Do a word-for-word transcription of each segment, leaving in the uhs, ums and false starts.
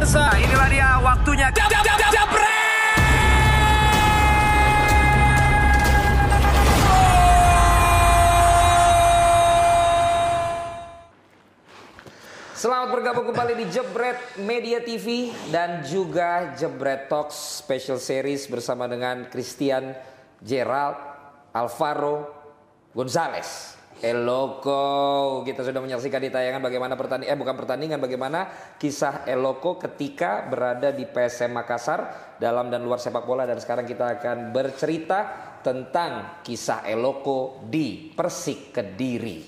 pemirsa, inilah dia waktunya Jabret. Selamat bergabung kembali di Jebret Media T V dan juga Jebret Talks Special Series bersama dengan Christian Gerald Alvaro Gonzalez. El Loco. Kita sudah menyaksikan di tayangan bagaimana pertandingan, eh bukan pertandingan, bagaimana kisah El Loco ketika berada di P S M Makassar dalam dan luar sepak bola, dan sekarang kita akan bercerita tentang kisah El Loco di Persik Kediri.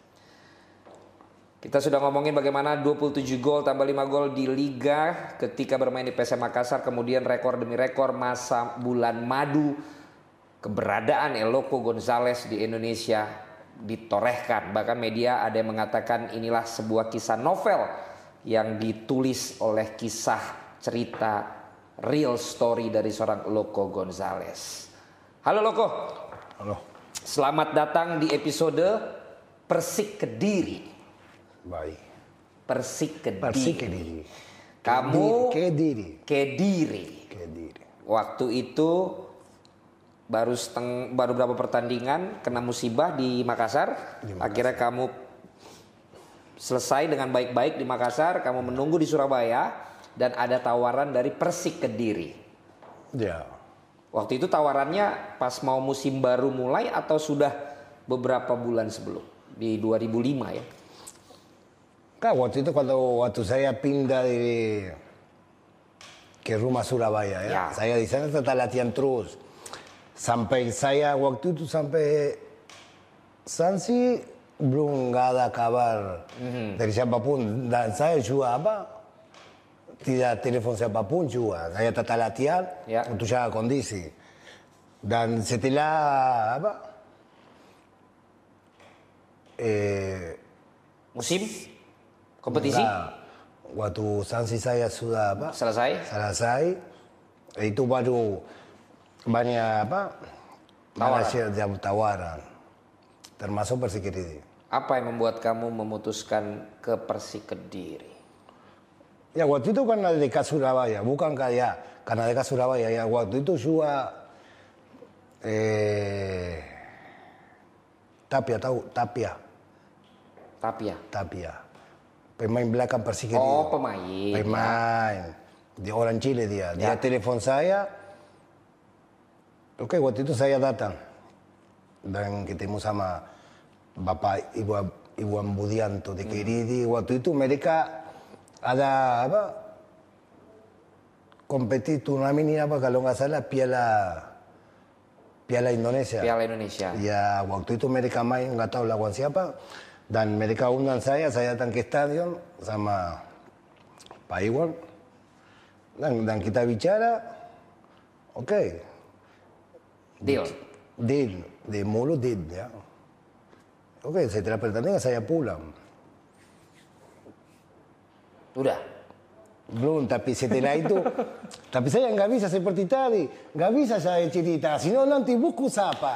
Kita sudah ngomongin bagaimana dua puluh tujuh gol tambah lima gol di Liga ketika bermain di P S M Makassar. Kemudian rekor demi rekor masa bulan madu keberadaan El Loco Gonzalez di Indonesia ditorehkan. Bahkan media ada yang mengatakan inilah sebuah kisah novel yang ditulis oleh kisah cerita real story dari seorang Loco Gonzalez. Halo Loco. Halo. Selamat datang di episode Persik Kediri. Baik. Persik Kediri. Persik Kediri. Kamu Kediri. Kediri. Kediri. Waktu itu baru seteng, baru berapa pertandingan kena musibah di Makassar. di Makassar. Akhirnya kamu selesai dengan baik-baik di Makassar. Kamu menunggu di Surabaya dan ada tawaran dari Persik Kediri. Ya. Waktu itu tawarannya pas mau musim baru mulai atau sudah beberapa bulan sebelum di dua ribu lima ya? Kan waktu itu kalau waktu saya pindah dari ke rumah Surabaya ya, ya. Saya di sana tetap latihan terus. Sampai saya waktu itu sampai sanksi belum nggak ada kabar mm-hmm. dari siapapun, dan saya juga apa tidak telepon siapapun juga. Saya tetap latihan ya. Untuk jaga kondisi. Dan setelah apa eh, musim kompetisi? Enggak. Waktu sanksi saya sudah apa? Selesai. Selesai. Itu baru banyak apa? Tawaran. tawaran. Termasuk Persik Kediri. Apa yang membuat kamu memutuskan ke Persik Kediri? Ya waktu itu karena dekat Surabaya, bukan kayak karena dekat Surabaya. Ya waktu itu juga eh, Tapia tahu Tapia. Tapia. Tapia. Pemain belakang Persik Kediri. Oh, pemain. Pemain. Di orang Chile dia. Dia ya. Telepon saya. Oke, waktu itu saya datang. Dan ketemu sama Bapak Ibu Iwan Budianto di Kediri. Hmm. Waktu itu mereka ada apa? Kompetisi turnamen ini apa kalau nggak salah Piala Piala Indonesia. Piala Indonesia. Ya, waktu itu mereka main, nggak tahu lawan siapa. Dan mereka undang saya, saya datang ke stadion sama Pak Iwan. Dan, dan kita bicara, oke. Okay. Deal. Deal, de mulut deal ya. Oke, okay, setelah pertandingan saya pulang. Udah? Belum, tapi setelah itu, tapi saya nggak bisa seperti tadi. Nggak bisa saya cerita, sino nanti buku siapa.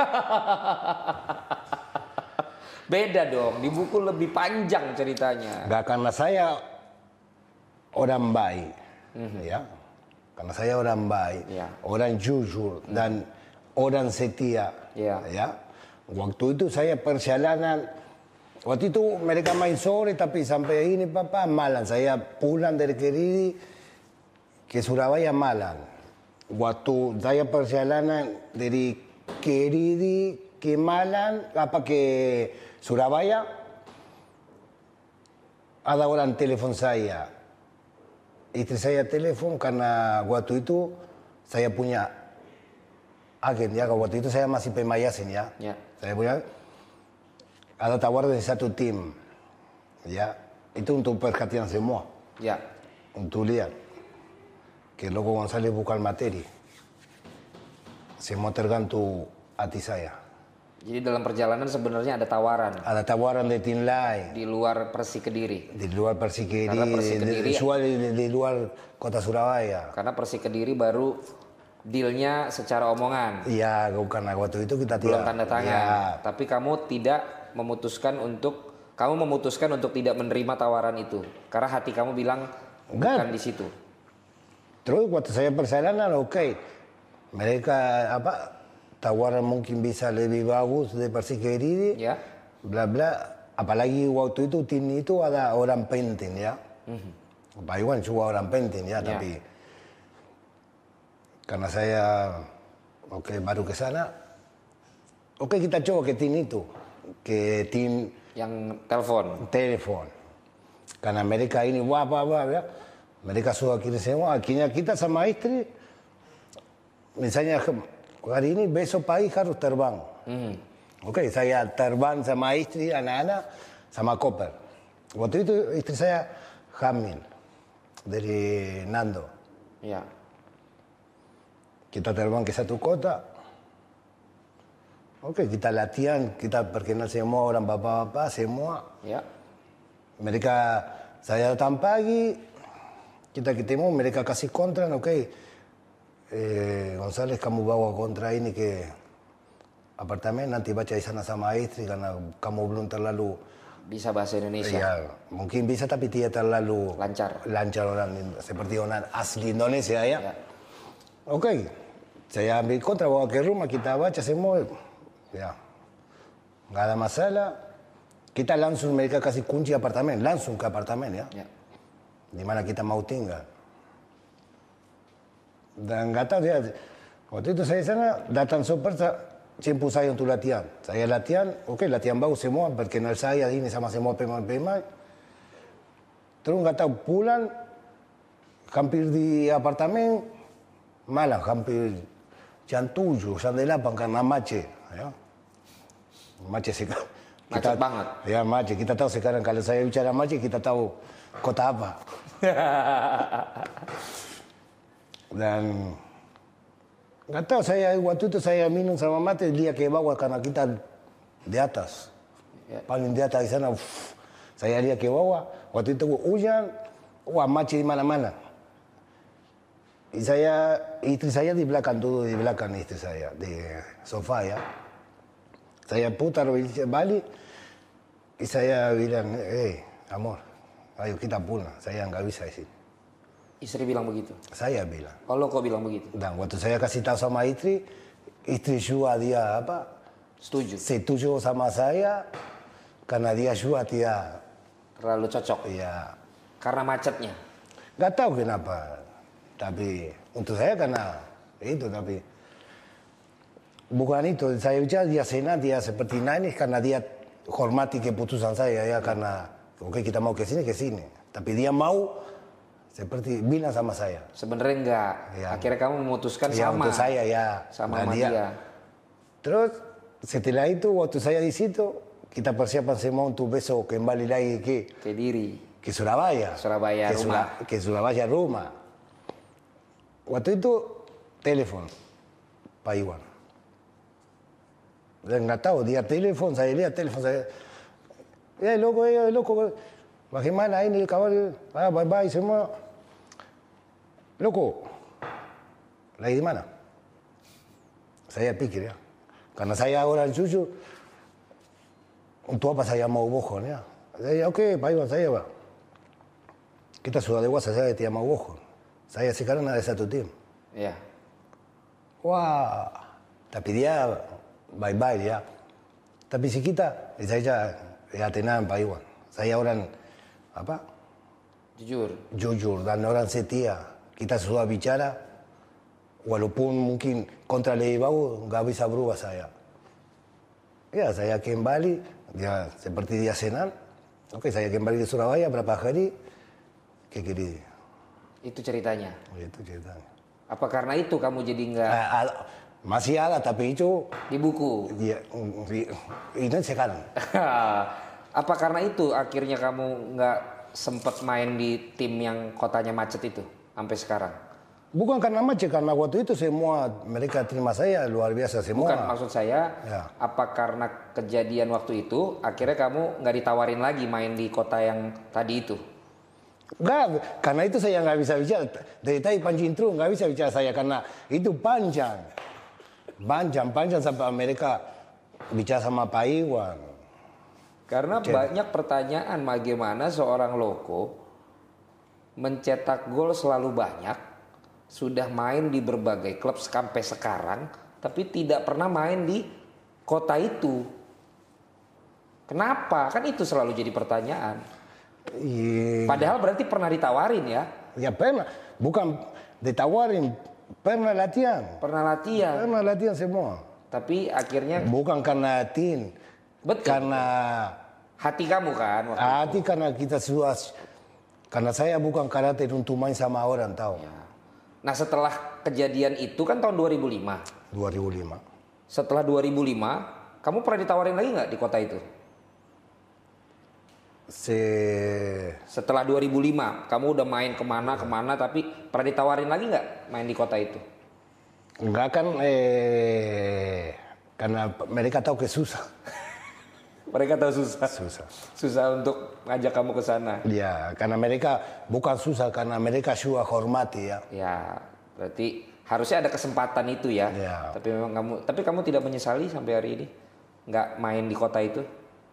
Beda dong, di buku lebih panjang ceritanya. Gak, karena saya orang baik, mm-hmm. ya, karena saya orang baik, yeah. orang jujur mm-hmm. dan orang setia, yeah. ya. Waktu itu saya perjalanan, waktu itu mereka main sore tapi sampai ini papa malam. Saya pulang dari Kediri ke Surabaya malam. Waktu saya perjalanan dari Kediri ke Malang, apa ke Surabaya, ada orang telepon saya. Istri saya telepon karena waktu itu saya punya agen ya. Waktu itu saya masih pemayasin ya. ya. Saya punya ada tawaran dari satu tim, ya. Itu untuk perhatian semua. Ya. Untuk lihat que Loco González bukan materi. Semua tergantung hati saya. Jadi dalam perjalanan sebenarnya ada tawaran. Ada tawaran dari tim lain. Di luar Persik Kediri. Di luar Persik Kediri. Persik Kediri di, di, di luar kota Surabaya. Karena Persik Kediri baru dealnya secara omongan. Iya, karena waktu itu kita belum tidak. tanda tangan. Ya. Tapi kamu tidak memutuskan untuk kamu memutuskan untuk tidak menerima tawaran itu. Karena hati kamu bilang Enggak. Bukan di situ. Terus waktu saya perjalanan, oke, okay. mereka apa tawaran mungkin bisa lebih bagus dari Persikiri, ya. bla bla. Apalagi waktu itu tim itu ada orang penting ya. Mm-hmm. Pak Iwan juga orang penting ya, ya. Tapi karena saya oke okay, baru ke sana, oke okay, kita coba ke tim itu, ke tim yang telepon. Telepon. Karena mereka ini wah wah wah ya. Mereka suka kirim semua, akhirnya kita sama istri, misalnya hari ini besok pagi harus terbang. Mm. Oke, okay, saya terbang sama istri, anak-anak, sama koper. Waktu itu istri saya hamil dari Nando. Ya. Kita terbang ke satu kota. Oke, okay, kita latihan, kita perkenal semua orang bapak-bapak, semua. Ya. Mereka, saya datang pagi. Kita ketemu, mereka kasih kontra, oke. Okay. Eh, González, kamu bawa kontra ini ke apartemen, nanti baca di sana sama istri, karena kamu belum terlalu... Bisa bahasa Indonesia? Ya, mungkin bisa, tapi tidak terlalu... Lancar? Lancar orang, seperti orang asli Indonesia, ya. Ya. Oke, okay. Saya ambil kontra, bawa ke rumah, kita baca semua. Ya, nggak ada masalah. Kita langsung, mereka kasih kunci apartemen, langsung ke apartemen, ya. Ya. Di mana kita mau tinggal. Dan nggak tahu dia, waktu itu saya sana datang super, jemput saya untuk latihan. Saya latihan, oke okay, latihan bagus semua, perkenal saya ini sama semua pemain-pemain. Terus nggak tahu pulang, hampir di apartemen, malah hampir jam tujuh, jam delapan karena macet. Ya. Macet sih. Macet banget. Ya macet, kita tahu sekarang kalau saya bicara macet, kita tahu kota apa. Dan nggak tahu saya waktu itu saya minum sama mate dia ke bawah karena kita di atas, ya. Paling di atas di sana. Uff, saya lihat ke bawah waktu itu hujan, wah macet di mana-mana. Saya istri saya di belakang tuh di belakang istri saya di sofa ya. Saya putar balik, saya bilang, eh amor. Ayo kita pulang, saya nggak bisa di sini. Istri bilang begitu? Saya bilang. Kalau kau bilang begitu? Dan waktu saya kasih tahu sama istri, istri juga dia apa? Setuju? Setuju sama saya, karena dia juga dia... Terlalu cocok? Iya. Karena macetnya? Nggak tahu kenapa. Tapi untuk saya karena itu, tapi... Bukan itu, saya bicara dia senang, dia seperti nangis karena dia hormati keputusan saya ya, karena... Oke kita mau ke sini, ke sini. Tapi dia mau seperti bilang sama saya. Sebenarnya enggak. Ya. Akhirnya kamu memutuskan ya, sama. Untuk saya ya. Sama, sama dia. dia. Terus setelah itu waktu saya di situ kita persiapan semua untuk besok kembali lagi ke ke diri. Ke Surabaya. Surabaya ke rumah. Sura, ke Surabaya rumah. Waktu itu telepon Pak Iwan. Dan nggak tahu dia telepon, saya lihat telepon saya. Ya loco, ya loco, bagaimana ini kawan? Ah, bye bye semua. Loco, lagi di mana? Saya pikir ya, karena saya orang jujur. Untuk apa saya mau bohong ya? Saya oke, okay, Pak Iwan saya Pak. Kita sudah dewasa, saya tidak mau bohong. Saya sekarang ada satu tim. Ya. Wah, tapi dia bye bye dia. Tapi si kita, saya ya tenang Pak Iwan. Saya orang apa? Jujur. Jujur dan orang setia. Kita sudah bicara, walaupun mungkin kontra lebih bagus, nggak bisa berubah saya. Ya saya kembali, dia seperti dia senang. Oke saya kembali ke Surabaya berapa hari, ke kiri. Itu ceritanya. Itu ceritanya. Apa karena itu kamu jadi nggak? Uh, masih ada tapi itu di buku. Iya, ini sekarang. Apa karena itu akhirnya kamu nggak sempat main di tim yang kotanya macet itu sampai sekarang? Bukan karena macet, karena waktu itu semua mereka terima saya luar biasa semua. Bukan maksud saya, ya. Apa karena kejadian waktu itu akhirnya kamu nggak ditawarin lagi main di kota yang tadi itu? Enggak, karena itu saya nggak bisa bicara. Dari tadi pancing terus nggak bisa bicara saya karena itu panjang, panjang, panjang sampai Amerika bicara sama Pak Iwan. Karena Jadi. banyak pertanyaan bagaimana seorang loko mencetak gol selalu banyak, sudah main di berbagai klub sampai sekarang, tapi tidak pernah main di kota itu. Kenapa? Kan itu selalu jadi pertanyaan. Iya. Padahal berarti pernah ditawarin ya? Ya pernah, bukan ditawarin, pernah latihan. Pernah latihan. Pernah latihan semua. Tapi akhirnya bukan karena tim, betul. Karena hati kamu kan? Waktu hati itu. Karena kita sudah, karena saya bukan karakter untuk main sama orang tahu. Ya. Nah setelah kejadian itu kan tahun dua ribu lima. dua ribu lima. Setelah dua ribu lima, kamu pernah ditawarin lagi nggak di kota itu? Se... Setelah dua ribu lima, kamu udah main kemana-kemana, tapi pernah ditawarin lagi nggak main di kota itu? Enggak kan, eh, karena mereka tahu ke susah. Mereka tahu susah. Susah. Susah untuk ngajak kamu ke sana. Ya, karena mereka bukan susah, karena mereka sudah hormati ya. Ya, berarti harusnya ada kesempatan itu ya. Ya. Tapi memang kamu, tapi kamu tidak menyesali sampai hari ini nggak main di kota itu?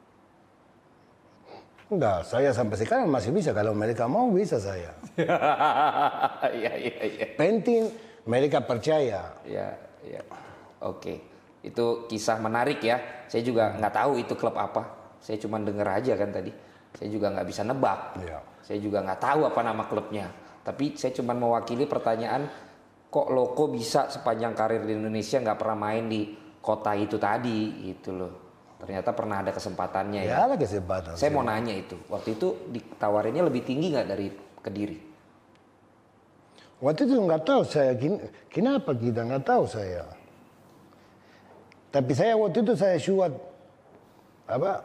Enggak, saya sampai sekarang masih bisa. Kalau mereka mau, bisa saya. Iya, iya, iya. Penting mereka percaya. Iya, iya. Oke. Itu kisah menarik ya. Saya juga nggak tahu itu klub apa. Saya cuma dengar aja kan tadi. Saya juga nggak bisa nebak. Ya. Saya juga nggak tahu apa nama klubnya. Tapi saya cuma mewakili pertanyaan, kok Loko bisa sepanjang karir di Indonesia nggak pernah main di kota itu tadi, gitu loh. Ternyata pernah ada kesempatannya ya. Ya ada kesempatan. Saya mau nanya itu, waktu itu ditawarinnya lebih tinggi nggak dari Kediri? Waktu itu nggak tahu saya, kenapa kita nggak tahu saya. Tapi saya waktu itu saya suat apa?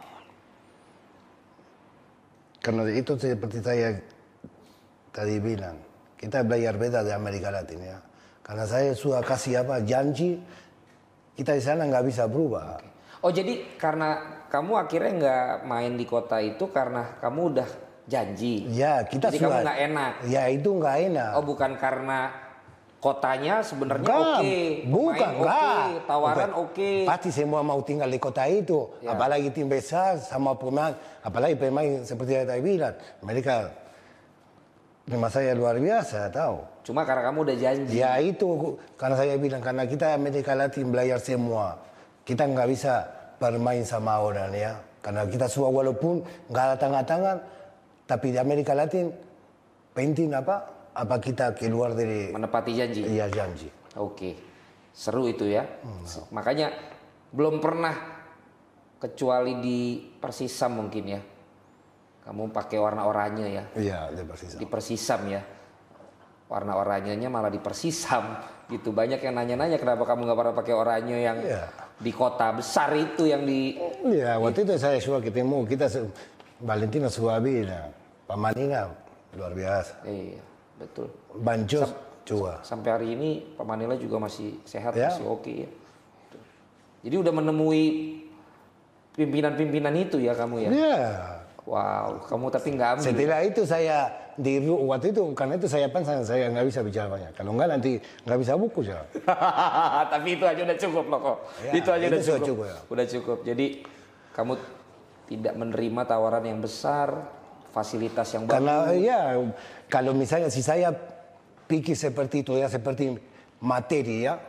Karena itu seperti saya tadi bilang, kita belajar beda di Amerika Latin ya. Karena saya sudah kasih apa janji, kita di sana nggak bisa berubah. Okay. Oh jadi karena kamu akhirnya nggak main di kota itu karena kamu udah janji. Ya kita jadi sudah. Kamu nggak enak. Ya itu nggak enak. Oh bukan karena kotanya sebenarnya oke. Okay. Bukan oke. Okay. Tawaran oke. Okay. Pasti semua mau tinggal di kota itu. Ya. Apalagi tim besar sama pemain. Apalagi pemain seperti yang saya bilang. Mereka terima saya luar biasa tahu. Cuma karena kamu udah janji. Ya itu karena saya bilang karena kita Amerika Latin belajar semua. Kita nggak bisa bermain sama orang ya. Karena kita semua walaupun nggak ada tangan-tangan, tapi di Amerika Latin penting apa? Apa kita keluar dari menepati janji? Iya janji. Oke, seru itu ya. Hmm. Makanya belum pernah kecuali di Persisam mungkin ya. Kamu pakai warna oranye ya? Iya di Persisam. Di Persisam ya. Warna oranyenya malah di Persisam gitu. Banyak yang nanya-nanya kenapa kamu nggak pernah pakai oranye yang yeah. di kota besar itu yang di. Iya waktu itu saya suka ketemu kita Valentino Suabina, Pamanina luar biasa. Iya betul. Banjos juga. Sampai hari ini Pak Manila juga masih sehat yeah. masih oke ya. Jadi udah menemui pimpinan-pimpinan itu ya kamu ya. Iya. Yeah. Wow, kamu tapi nggak ambil. Setelah itu saya di waktu itu karena itu saya pensang saya nggak bisa bicara banyak. Kalau nggak nanti nggak bisa buku ya. Tapi itu aja udah cukup loh kok. Ya, itu aja itu udah cukup. cukup ya. Udah cukup. Jadi kamu tidak menerima tawaran yang besar, fasilitas yang bagus. Karena ya kalau misalnya si saya pikir seperti itu ya seperti materi ya.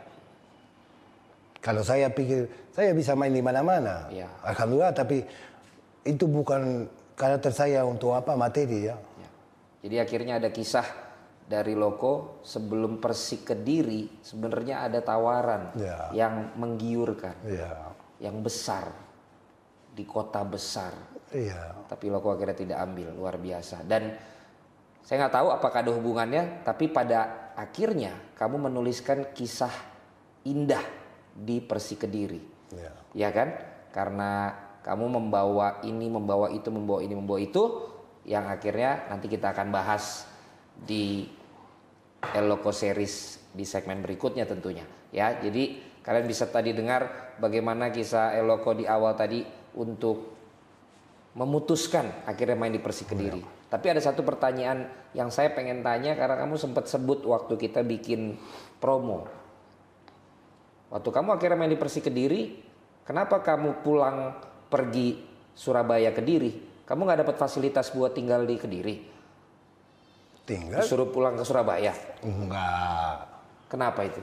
Kalau saya pikir saya bisa main di mana-mana. Ya. Alhamdulillah tapi itu bukan karakter saya untuk apa materi ya. ya. Jadi akhirnya ada kisah dari Loko sebelum Persik Kediri sebenarnya ada tawaran ya. yang menggiurkan, ya. yang besar di kota besar. Ya. Tapi Loko akhirnya tidak ambil, luar biasa. Dan saya nggak tahu apakah ada hubungannya, tapi pada akhirnya kamu menuliskan kisah indah di Persik Kediri, ya, ya kan? Karena kamu membawa ini, membawa itu, membawa ini, membawa itu, yang akhirnya nanti kita akan bahas di El Loco Series di segmen berikutnya tentunya. Ya, jadi kalian bisa tadi dengar bagaimana kisah El Loco di awal tadi untuk memutuskan akhirnya main di Persik Kediri. Ya. Tapi ada satu pertanyaan yang saya pengen tanya karena kamu sempat sebut waktu kita bikin promo. Waktu kamu akhirnya main di Persik Kediri, kenapa kamu pulang pergi Surabaya Kediri, kamu nggak dapat fasilitas buat tinggal di Kediri? tinggal. Disuruh pulang ke Surabaya? Enggak. Kenapa itu?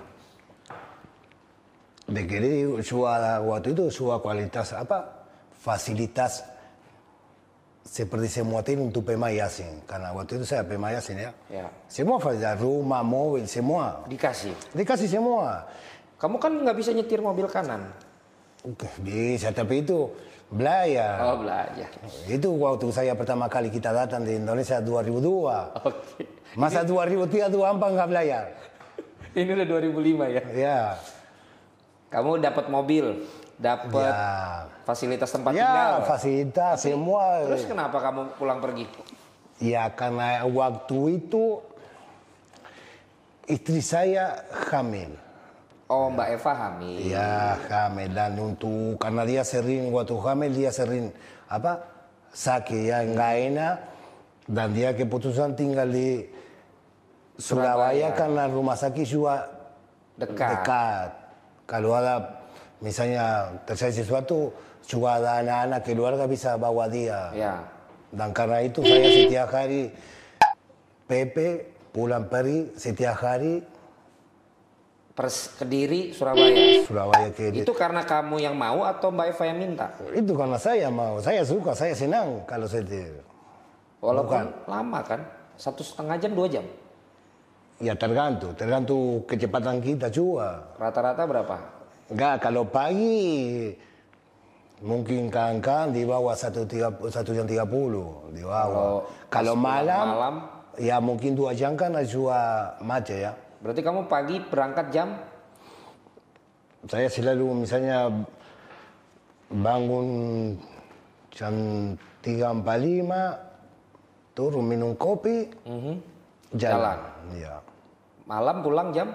Jadi waktu itu suatu kualitas apa? Fasilitas seperti semua tim untuk pemain asing. Karena waktu itu saya pemain asing ya. Ya. Semua fasilitas, rumah, mobil, semua. Dikasih? Dikasih semua. Kamu kan nggak bisa nyetir mobil kanan? Bisa, tapi itu belajar. Oh, belajar. Itu waktu saya pertama kali kita datang di Indonesia dua ribu dua. Oke. Masa dua ribu tiga tuh apa nggak belajar? Ini udah dua ribu lima ya? Ya. Kamu dapat mobil, dapat ya. fasilitas tempat ya, tinggal. Ya, fasilitas Tapi, semua. Terus kenapa kamu pulang pergi? Ya, karena waktu itu istri saya hamil. Oh, Mbak Eva hamil. Ya, hamil. Dan untuk karena dia sering waktu hamil dia sering apa sakit ya nggak enak dan dia keputusan tinggal di Surabaya, Surabaya karena rumah sakit juga dekat. dekat. Kalau ada misalnya terjadi sesuatu, juga ada anak-anak keluarga bisa bawa dia. Ya. Dan karena itu saya setiap hari Pepe pulang pergi setiap hari. Pers Kediri, Surabaya. Surabaya Kediri. Itu karena kamu yang mau atau Mbak Eva yang minta? Itu karena saya mau, saya suka, saya senang kalau setir. Walaupun Bukan. lama kan, satu setengah jam, dua jam. Ya tergantung, tergantung kecepatan kita juga. Rata-rata berapa? Enggak, kalau pagi mungkin kan-kan di bawah satu jam tiga puluh di bawah. Kalau, kalau malam, malam, ya mungkin dua jam kan juga macet ya. Berarti kamu pagi berangkat jam? Saya selalu misalnya bangun jam tiga empat puluh lima, turun minum kopi, mm-hmm. jalan. jalan. Ya. Malam pulang jam?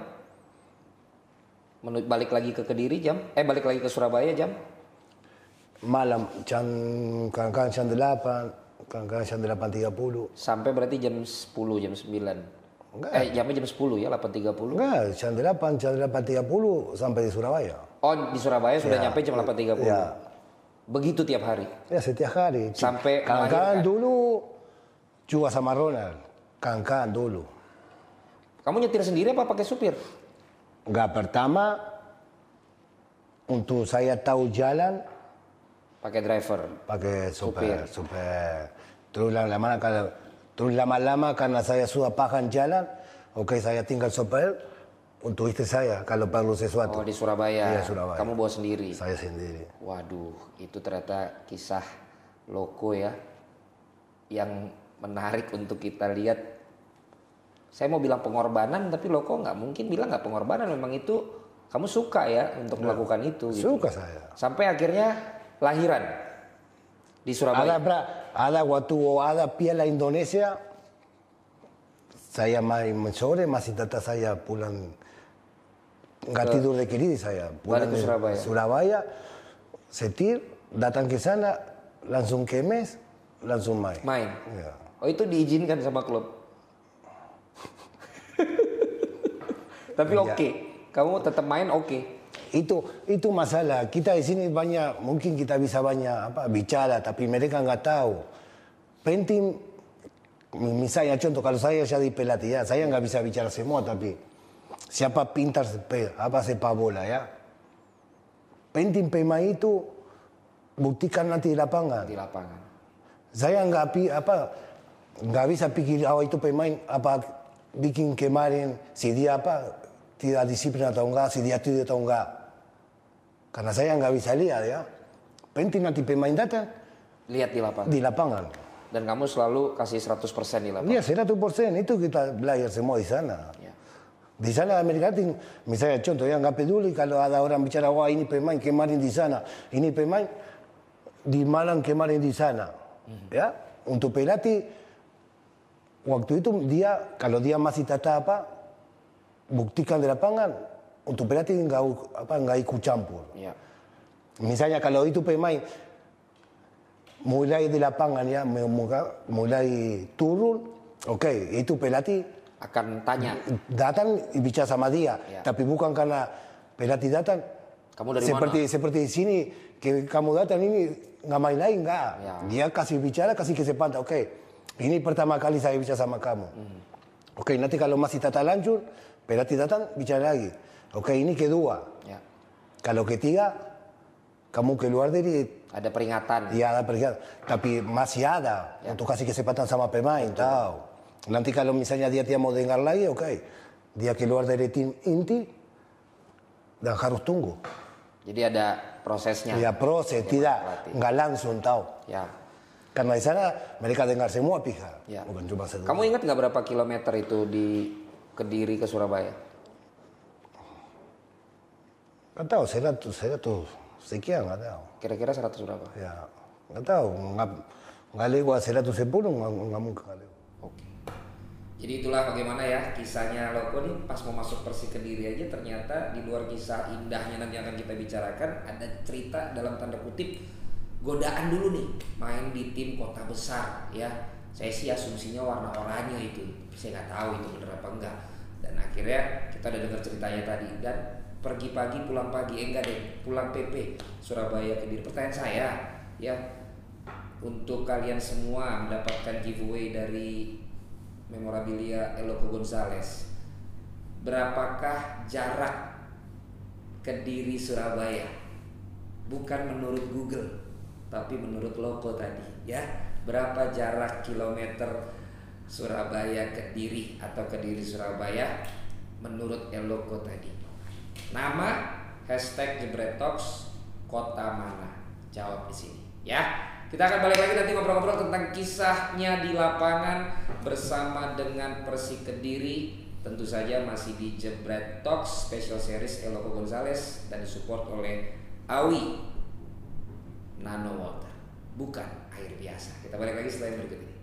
Balik lagi ke Kediri jam? Eh balik lagi ke Surabaya jam? Malam jam kadang-kadang jam delapan, kadang-kadang jam delapan tiga puluh. Sampai berarti jam sepuluh, jam sembilan. Enggak. Eh jamnya jam sepuluh ya, delapan tiga puluh. Enggak, jam delapan, jam delapan tiga puluh sampai di Surabaya. Oh, di Surabaya sudah ya, nyampe jam delapan tiga puluh. Ya. Begitu tiap hari. Ya, setiap hari. Sampai kadang-kadang dulu juga sama Ronald. Kadang-kadang dulu. Kamu nyetir sendiri apa pakai supir? Enggak, pertama untuk saya tahu jalan pakai driver, pakai supir, supir. Terus lama-lama kalau terus lama-lama karena saya sudah paham jalan, oke okay, saya tinggal supir untuk istri saya kalau perlu sesuatu. Oh, di Surabaya. Iya, Surabaya. Kamu bawa sendiri? Saya sendiri. Waduh, itu ternyata kisah Loko ya yang menarik untuk kita lihat. Saya mau bilang pengorbanan, tapi Loko nggak mungkin bilang nggak pengorbanan. Memang itu kamu suka ya untuk melakukan itu. Gitu. Suka saya. Sampai akhirnya lahiran di Surabaya. Ada, ada waktu ada Piala Indonesia, saya main sore masih tetap saya pulang nggak ke, tidur di Kediri saya. Pulang ke Surabaya. Surabaya, setir, datang ke sana, langsung ke mes, langsung main. Main. Ya. Oh itu diizinkan sama klub. Tapi oke, okay. Kamu tetap main oke. Okay. Itu itu masalah. Kita di sini banyak, mungkin kita bisa banyak apa bicara, tapi mereka nggak tahu. Penting, misalnya contoh kalau saya jadi pelatih ya, saya nggak bisa bicara semua, tapi siapa pintar apa sepak bola ya. Penting pemain itu buktikan nanti di lapangan. Di lapangan. Saya nggak apa nggak bisa pikir oh itu pemain apa bikin kemarin si dia apa tidak disiplin atau enggak, si dia tidak atau enggak. Karena saya nggak bisa lihat ya. Penting nanti pemain datang. Lihat di lapangan. Di lapangan. Dan kamu selalu kasih seratus persen di lapangan. Iya, seratus persen itu kita belajar semua di sana. Ya. Di sana Amerika Latin, misalnya contoh ya nggak peduli kalau ada orang bicara wah ini pemain kemarin di sana, ini pemain di Malang kemarin di sana. Hmm. Ya, untuk pelatih waktu itu dia kalau dia masih tetap apa buktikan di lapangan untuk pelatih nggak apa nggak ikut campur. Ya. Misalnya kalau itu pemain mulai di lapangan ya mulai turun, oke okay, itu pelatih akan tanya datang bicara sama dia, ya. Tapi bukan karena pelatih datang. Kamu dari seperti mana? Seperti sini que kamu datang ini nggak main lain nggak. Ya. Dia kasih bicara kasih kesempatan, oke okay, ini pertama kali saya bicara sama kamu. Hmm. Oke, nanti kalau masih tata lanjut, berarti datang bicara lagi. Oke, ini kedua. Ya. Kalau ketiga, kamu keluar dari... Ada peringatan. Iya, ada peringatan. Tapi masih ada ya. Untuk kasih kesempatan sama pemain, tahu. Nanti kalau misalnya dia tidak mau dengar lagi, oke. Dia keluar dari tim inti, dan harus tunggu. Jadi ada prosesnya. Iya, proses. Tidak, nggak langsung, tahu. Ya. Karena di sana mereka dengar semua pihak, ya. Bukan cuma satu. Kamu ingat nggak berapa kilometer itu di Kediri ke Surabaya? Nggak tahu, seratus, seratus sekian, nggak tahu. Kira-kira seratus berapa? Ya, nggak tahu, nggak nggak lewat seratus sepuluh, nggak nggak mungkin nggak lewat. Oke. Jadi itulah bagaimana ya kisahnya Loko nih pas mau masuk Persik Kediri aja ternyata di luar kisah indahnya nanti akan kita bicarakan ada cerita dalam tanda kutip godaan dulu nih main di tim kota besar ya. Saya sih asumsinya warna oranye itu, saya nggak tahu itu bener apa enggak. Dan akhirnya kita udah dengar ceritanya tadi dan pergi pagi pulang pagi, eh enggak deh, pulang P P Surabaya Kediri. Pertanyaan saya ya untuk kalian semua mendapatkan giveaway dari memorabilia Eloko Gonzales. Berapakah jarak Kediri Surabaya? Bukan menurut Google, tapi menurut Loko tadi ya. Berapa jarak kilometer Surabaya Kediri atau Kediri Surabaya menurut Eloko tadi? Nama hashtag Jebret Talks kota mana? Jawab di sini ya. Kita akan balik lagi nanti ngobrol-ngobrol tentang kisahnya di lapangan bersama dengan Persik Kediri. Tentu saja masih di Jebret Talks Special Series Eloko Gonzales dan disupport oleh Awi Nano Water, bukan air biasa. Kita balik lagi setelah yang berikut ini.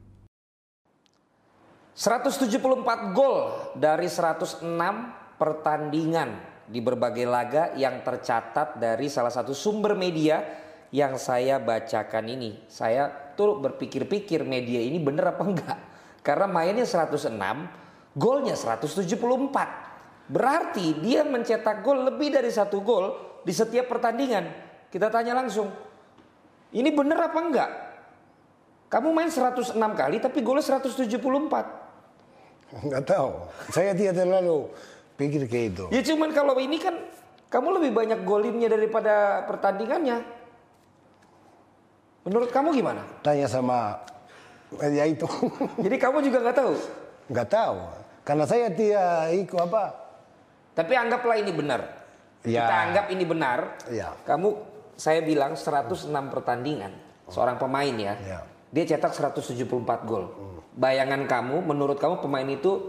seratus tujuh puluh empat gol dari seratus enam pertandingan di berbagai laga yang tercatat dari salah satu sumber media yang saya bacakan ini. Saya tuh berpikir-pikir media ini bener apa enggak. Karena mainnya seratus enam, golnya seratus tujuh puluh empat. Berarti dia mencetak gol lebih dari satu gol di setiap pertandingan. Kita tanya langsung, ini bener apa enggak? Kamu main seratus enam kali tapi golnya seratus tujuh puluh empat. Enggak tahu. Saya tidak terlalu pikir kayak itu. Ya cuman kalau ini kan kamu lebih banyak golinnya daripada pertandingannya. Menurut kamu gimana? Tanya sama media itu. Jadi kamu juga nggak tahu? Nggak tahu. Karena saya tidak ikut apa. Tapi anggaplah ini benar. Ya. Kita anggap ini benar. Ya. Kamu, saya bilang seratus enam pertandingan. Seorang pemain ya. Ya. Dia cetak seratus tujuh puluh empat gol. Hmm. Bayangan kamu, menurut kamu pemain itu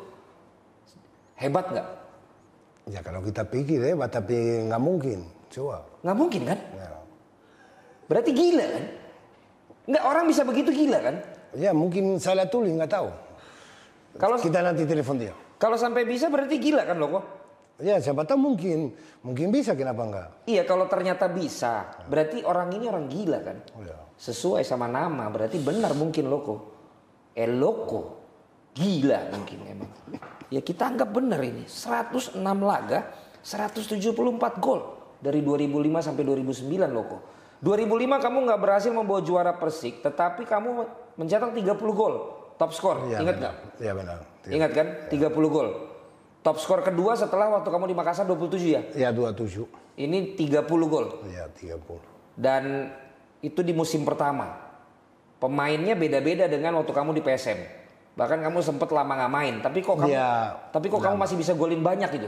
hebat nggak? Ya kalau kita pikir hebat, tapi nggak mungkin. Coba. Nggak mungkin kan? Ya. Berarti gila kan? Nggak, orang bisa begitu gila kan? Ya mungkin salah tulis, nggak tahu. Kalau kita nanti telepon dia. Kalau sampai bisa berarti gila kan Loko? Ya siapa tahu mungkin, mungkin bisa, kenapa enggak? Iya kalau ternyata bisa, berarti orang ini orang gila kan? Ya. Sesuai sama nama, berarti benar mungkin Loko. Eh Loko, gila mungkin emang. Ya kita anggap benar ini, seratus enam laga, seratus tujuh puluh empat gol dari dua ribu lima sampai dua ribu sembilan Loko. dua ribu lima kamu nggak berhasil membawa juara Persik, tetapi kamu mencetak tiga puluh gol, top skor. Ya, ingat nggak? Iya benar. Ingat kan? Ya. tiga puluh gol. Top skor kedua setelah waktu kamu di Makassar dua puluh tujuh ya? Iya dua puluh tujuh. Ini tiga puluh gol. Iya tiga puluh. Dan itu di musim pertama. Pemainnya beda-beda dengan waktu kamu di P S M. Bahkan kamu sempat lama nggak main. Tapi kok kamu, ya, tapi kok kamu masih bisa golin banyak gitu?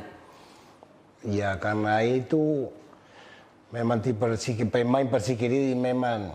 Iya karena itu memang tipe pemain Persik ini memang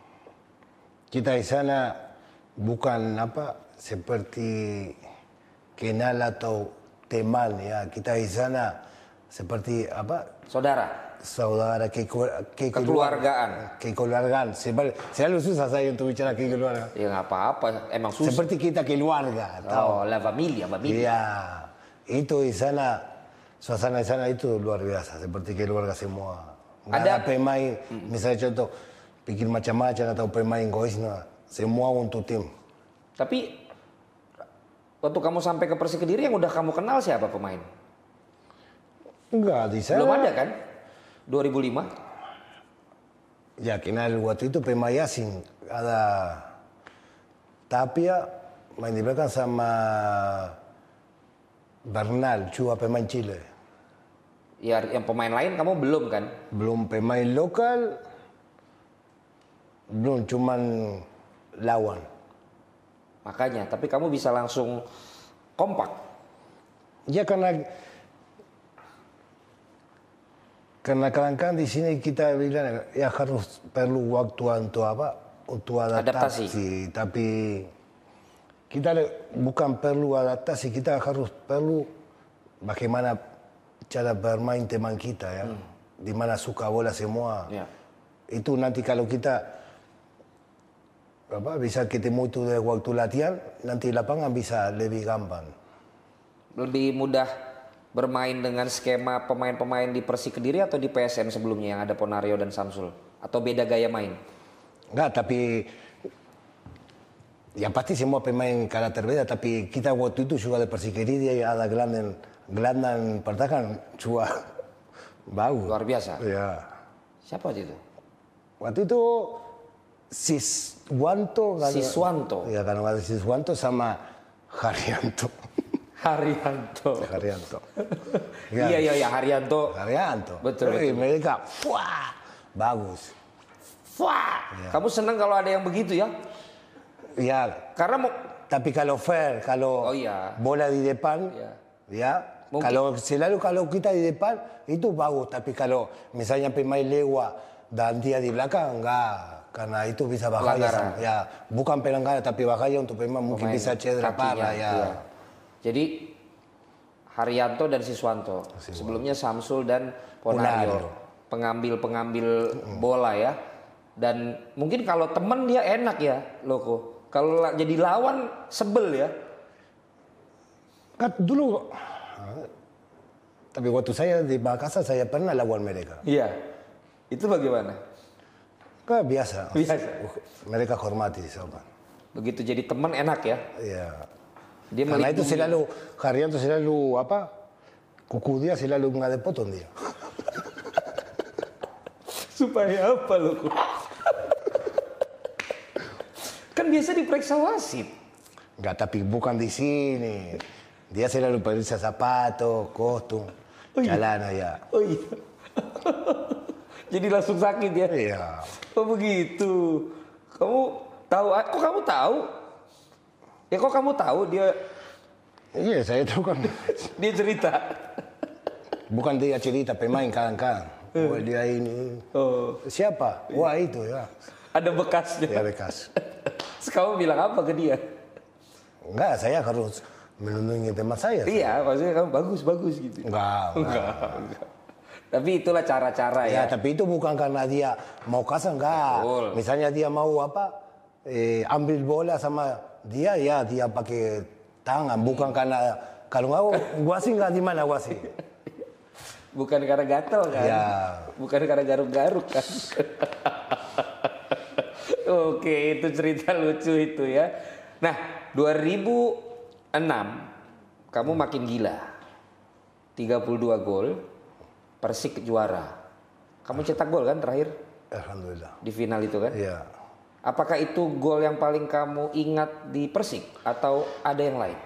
kita di sana bukan apa seperti kenal atau teman ya, kita di sana seperti apa? Saudara. Saudara ke, ke kekeluargaan. Kekeluargaan. Selalu susah saya untuk bicara kekeluargaan. Ya nggak apa-apa, emang susah. Seperti kita keluarga. Oh, la familia, familia. Iya, itu di sana, suasana di sana itu luar biasa, seperti keluarga semua. Nggak ada, ada pemain, hmm. misalnya contoh, pikir macam-macam atau pemain egois, semua untuk tim. Tapi waktu kamu sampai ke Persik Kediri yang udah kamu kenal siapa pemain? Enggak, di sana. Belum ada kan? dua ribu lima? Ya kenal waktu itu pemain asing. Ada Tapia, main di belakang sama Bernal, juga pemain Chile. Ya, yang pemain lain kamu belum kan? Belum pemain lokal, belum cuman lawan. Makanya, tapi kamu bisa langsung kompak. Ya karena karena kadang-kadang di sini kita bilang ya harus perlu waktu untuk apa? Untuk adaptasi. adaptasi. Tapi kita bukan perlu adaptasi, kita harus perlu bagaimana cara bermain teman kita ya, hmm. di mana suka bola semua. Ya. Itu nanti kalau kita apa, bisa ketemu itu dari waktu latihan, nanti lapangan bisa lebih gampang. Lebih mudah bermain dengan skema pemain-pemain di Persik Kediri atau di P S M sebelumnya yang ada Ponario dan Samsul? Atau beda gaya main? Enggak, tapi ya pasti semua pemain karakter beda, tapi kita waktu itu juga di Persik Kediri ada gelandang gelandang pertahanan juga bagus. Luar biasa. Ya. Siapa waktu itu? Waktu itu Siswanto. Siswanto. Ya kan, ada Siswanto sama Haryanto. Haryanto. Haryanto. Ya. Iya iya iya Haryanto. Haryanto. Betul. Jadi betul. mereka, wah, bagus. Wah. Ya. Kamu senang kalau ada yang begitu ya? Ya. Karena mau. Tapi kalau fair, kalau oh, iya. bola di depan, ya. ya mungkin. Kalau selalu kalau kita di depan itu bagus. Tapi kalau misalnya pemain lewat dan dia di belakang, enggak. Karena itu bisa bahaya. Sama, ya, bukan pelanggaran tapi bahaya untuk pemain, mungkin bisa cedera parah ya. ya. Jadi Haryanto dan Siswanto. Siswanto. Sebelumnya Samsul dan Ponario. Pengambil-pengambil hmm. bola ya. Dan mungkin kalau teman dia enak ya, Loko. Kalau jadi lawan sebel ya. Kan dulu, tapi waktu saya di Makassar saya pernah lawan mereka. Iya. Itu bagaimana? Kan biasa. Biasa. Mereka hormati sama. Begitu jadi teman enak ya? Iya. Dia karena itu selalu, Haryanto selalu apa? Kuku dia selalu nggak potong dia. Supaya apa Loko? Kan biasa diperiksa wasit. Enggak, tapi bukan di sini. Dia selalu periksa sapato, kostum, oh, iya. Celana ya. Oh iya. Jadi langsung sakit ya? Iya. Oh begitu. Kamu tahu? Kok kamu tahu? Ya kok kamu tahu dia? Iya, saya tahu kan. Dia cerita. Bukan dia cerita, pemain kadang-kadang. Oh dia ini. Oh. Siapa? Wah itu ya. Ada bekasnya. Ya bekas. Kamu bilang apa ke dia? Enggak, saya harus melindungi teman saya. Iya, maksudnya kamu bagus-bagus gitu. Enggak, enggak. enggak. Tapi itulah cara-cara ya. Ya, tapi itu bukan karena dia mau kasar, enggak. Betul. Misalnya dia mau apa, eh, ambil bola sama dia, ya dia pakai tangan. Bukan karena, kalau enggak, wasi enggak di mana wasi. Bukan karena gatel kan? Ya. Bukan karena garuk-garuk kan? Oke, itu cerita lucu itu ya. Nah, dua ribu enam kamu makin gila. tiga puluh dua gol, Persik juara. Kamu cetak gol kan terakhir? Alhamdulillah. Di final itu kan? Iya. Apakah itu gol yang paling kamu ingat di Persik atau ada yang lain?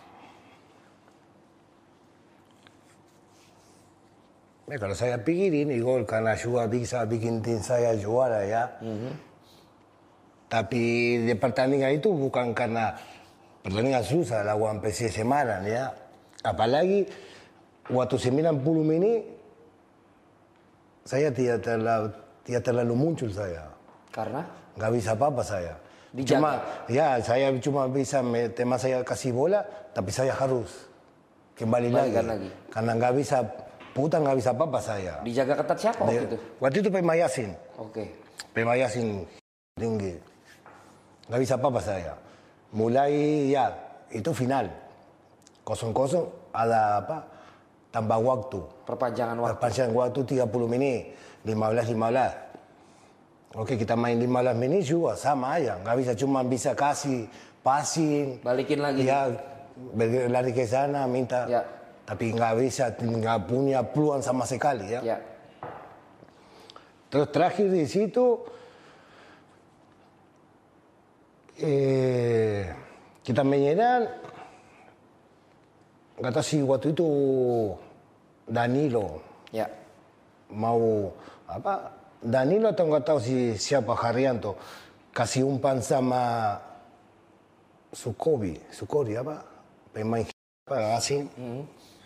Nah, kalau saya pikir ini gol karena juga bisa bikin tim saya juara ya. Mm-hmm. Tapi di pertandingan itu bukan karena pertandingan susah lawan P S S Semarang ya. Apalagi waktu sembilan puluh menit saya tidak terlalu, tidak terlalu muncul saya. Karena? Nggak bisa apa-apa saya. Dijaga. Cuma ya saya cuma bisa teman saya kasih bola, tapi saya harus kembali lagi. lagi. Karena nggak bisa putar, nggak bisa apa-apa saya. Dijaga ketat siapa waktu itu? Waktu itu Pema Yasin. Oke. Pema Yasin tinggi. Nggak bisa apa-apa saya. Mulai ya, itu final. Kosong-kosong ada apa? Tambah waktu. Perpanjangan waktu. Perpanjangan waktu tiga puluh menit. lima belas lima belas. Oke, kita main lima belas menit juga. Sama aja. Nggak bisa cuma bisa kasih passing. Balikin lagi. Ya, lari ke sana, minta. Ya. Tapi nggak bisa, nggak punya peluang sama sekali ya. Ya. Terus terakhir di situ, Eh, kita menyerang, nggak tahu sih waktu itu Danilo ya. mau apa Danilo atau nggak tahu si siapa Haryanto kasih umpan sama Sukobi, Sukori apa pemain apa asing. Mm-hmm.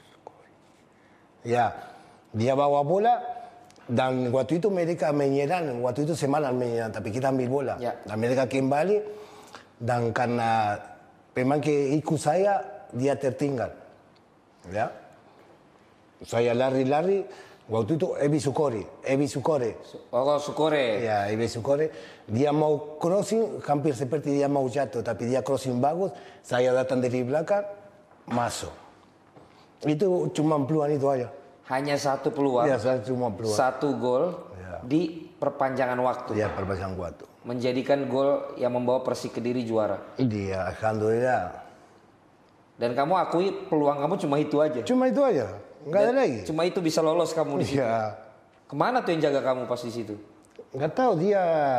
Ya, dia bawa bola dan waktu itu mereka menyerang, waktu itu semalam menyerang, tapi kita ambil bola. Ya. Dan mereka kembali dan karena pemain que ikut saya dia tertinggal. Ya, saya lari-lari. Waktu itu Ebi Sukori, Ebi Sukore. Oh, Sukore. Ya, Ebi Sukore. Dia mau crossing, hampir seperti dia mau jatuh, tapi dia crossing bagus. Saya datang dari belakang, masuk. Itu cuma peluang itu aja. Hanya satu peluang. Ya, cuma peluang. Satu gol ya. Di perpanjangan waktu. Ya, perpanjangan waktu. Menjadikan gol yang membawa Persik Kediri juara. Iya, alhamdulillah. Dan kamu akui peluang kamu cuma itu aja. Cuma itu aja. Enggak ada lagi. Cuma itu bisa lolos kamu di situ. Iya. Kemana tuh yang jaga kamu pas di situ? Enggak tahu dia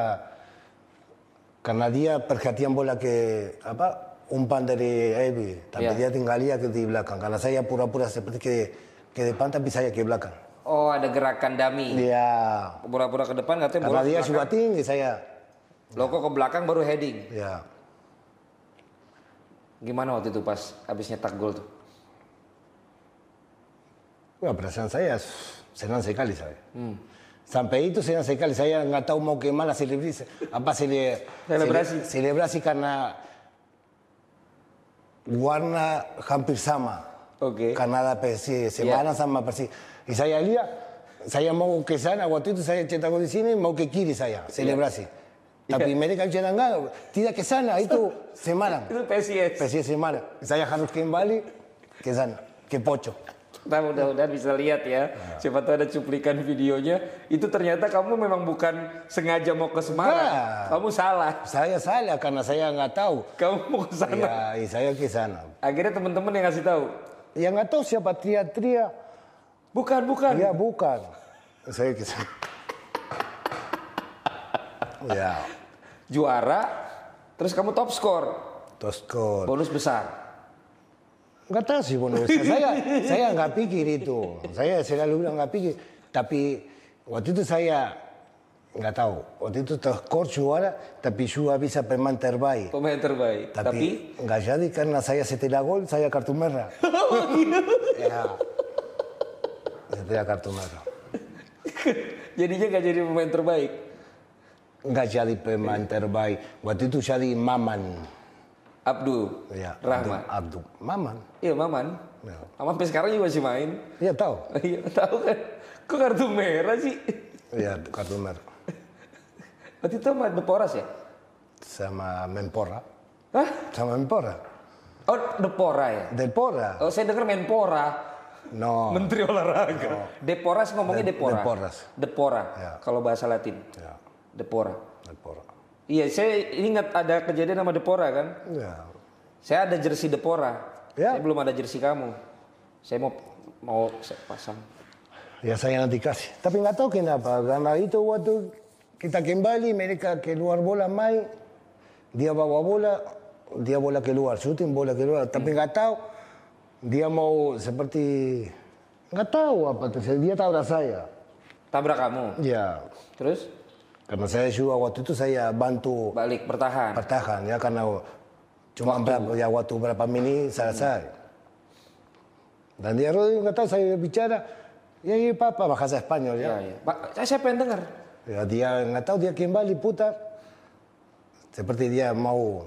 karena dia perhatian bola ke apa umpan dari Ebi, tapi ya. Dia tinggal lihat ke di belakang. Karena saya pura-pura seperti ke ke depan tapi saya ke belakang. Oh, ada gerakan dummy. Iya. Pura-pura ke depan katanya bola. Karena dia belakang. sudah tinggi saya. Lo kok ke belakang baru heading. Iya. Gimana waktu itu pas habis nyetak gol tuh? Wah, perasaan saya senang sekali saya. Hmm. Sampai itu senang sekali saya nggak tahu mau kemana selebrasi apa sele, selebrasi selebrasi karena warna hampir sama. Oke. Okay. Karena ada Persi, semana yeah. sama Persi. Y saya lihat saya mau ke sana waktu itu saya cetak gol di sini mau ke kiri saya selebrasi. Yeah. Tapi yeah. mereka bilang enggak, tidak ke sana itu Semarang. Itu P S I S. P S I S Semarang. Saya harus kembali ke sana, ke Poco. Kita mudah-mudahan bisa lihat ya. Nah. Siapa tahu ada cuplikan videonya. Itu ternyata kamu memang bukan sengaja mau ke Semarang. Nah, kamu salah. Saya salah karena saya nggak tahu. Kamu mau ke sana. Ya, saya ke sana. Akhirnya teman-teman yang ngasih tahu. Ya nggak tahu siapa Tria-Tria. Bukan, bukan. Ya bukan. Saya ke sana. Ya. Juara. Terus kamu top skor. Top skor. Bonus besar. Nggak tahu sih bonus. saya saya nggak pikir itu. Saya selalu bilang nggak pikir. Tapi waktu itu saya nggak tahu. Waktu itu skor juara, tapi sudah bisa pemain terbaik. Pemain terbaik. Tapi, tapi... nggak jadi karena saya setelah gol saya kartu merah. Ya. Setelah kartu merah. Jadinya nggak jadi pemain terbaik. Nggak jadi pemain terbaik. Waktu itu jadi Maman. Abdul, ya, Rahman, Abdul, Maman. Iya Maman. Ya. Maman sampai sekarang juga masih main. Iya tahu. Iya tahu kan. Kok kartu merah sih? Iya kartu merah. Waktu itu sama Deporas ya? Sama Menpora. Hah? Sama Menpora. Oh Depora ya? Depora. Oh saya dengar Menpora. No. Menteri olahraga. No. Deporas ngomongnya De Depora. Deporas. Depora. Ya. Kalau bahasa Latin. Ya. Depora. Depora. Iya, saya ingat ada kejadian sama Depora kan? Iya. Saya ada jersey Depora. Ya. Saya belum ada jersey kamu. Saya mau mau pasang. Ya saya nanti kasih. Tapi nggak tahu kenapa. Karena itu waktu kita kembali mereka keluar bola main, dia bawa bola, dia bola keluar, shooting bola keluar. Tapi nggak tahu dia mau seperti nggak tahu apa terjadi. Dia tahu saya. Tabrak kamu? Iya. Terus? Karena saya juga waktu itu saya bantu balik bertahan. Bertahan ya karena cuma waktu. berapa ya waktu berapa menit selesai. Hmm. Dan dia nggak tahu saya bicara, ya iya papa bahasa Spanyol ya. Ya, ya. Pak, saya pengen dengar. Ya dia nggak tahu dia kembali putar, seperti dia mau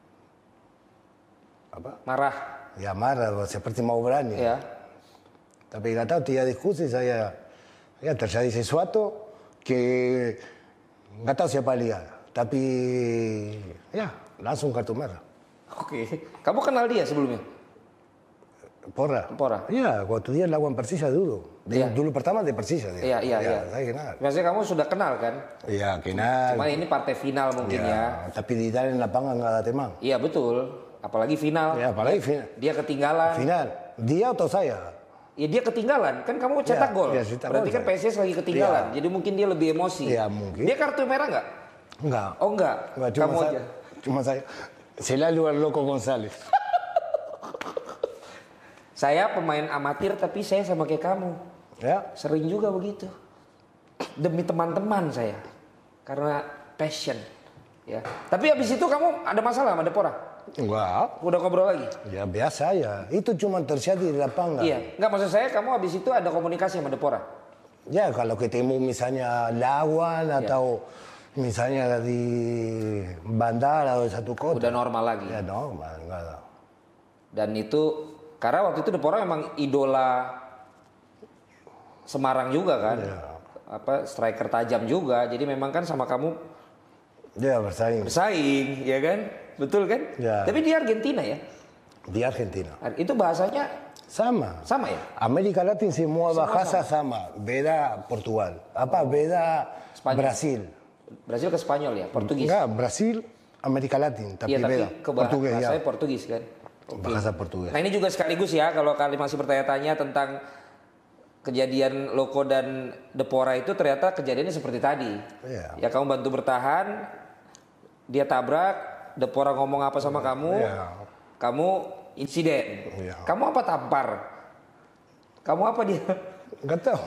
apa? Marah. Ya marah, seperti mau berani. Ya. Tapi nggak tahu dia diskusi saya, ya terjadi sesuatu que nggak tahu siapa lihat, tapi ya langsung kartu merah. Oke, kamu kenal dia sebelumnya? Pora. Pora. Iya, waktu dia lawan Persija dulu. Dia, ya. Dulu pertama di Persija dia. Iya, iya, iya. Saya kenal. Maksudnya kamu sudah kenal kan? Iya, kenal. Cuma ini partai final mungkin ya. ya. Tapi di dalam lapangan nggak ada teman. Iya betul. Apalagi final. Iya, apalagi final. Dia ketinggalan. Final. Dia atau saya? Ya dia ketinggalan, kan kamu cetak ya, gol. Ya, berarti kan P S I S lagi ketinggalan, ya. Jadi mungkin dia lebih emosi. Iya mungkin. Dia kartu merah nggak? Enggak. Oh enggak? Enggak, cuma kamu saya, aja? Cuma saya. Selalu al loco González. Saya pemain amatir tapi saya sama kayak kamu. Ya. Sering juga begitu. Demi teman-teman saya. Karena passion. Ya. Tapi habis itu kamu ada masalah sama Depora? Enggak. Udah ngobrol lagi? Ya biasa ya. Itu cuma terjadi di lapangan. Iya. Enggak, maksud saya kamu habis itu ada komunikasi sama Depora? Ya kalau ketemu misalnya lawan ya. Atau misalnya di bandara atau satu kota. Udah normal lagi? Ya normal. Enggak. Dan itu karena waktu itu Depora memang idola Semarang juga kan? Ya. Apa striker tajam juga. Jadi memang kan sama kamu ya bersaing. Bersaing, ya kan? Betul kan? Ya. Tapi di Argentina ya? Di Argentina. Itu bahasanya sama. Sama ya? Amerika Latin semua, semua bahasa sama. sama. Beda Portugal. Apa oh. beda Spanyol. Brasil. Brasil ke Spanyol ya? Portugis? Enggak, Brasil Amerika Latin. Tapi, ya, tapi beda. Ke Portugis ya? Bahasanya Portugis kan? Okay. Bahasa Portugis. Nah ini juga sekaligus ya, kalau kalian masih bertanya-tanya tentang kejadian Loko dan Depora itu, ternyata kejadiannya seperti tadi. Yeah. Ya kamu bantu bertahan, dia tabrak, Depora ngomong apa sama yeah. kamu, yeah. kamu insiden. Yeah. Kamu apa tampar? Kamu apa dia? Gak tahu.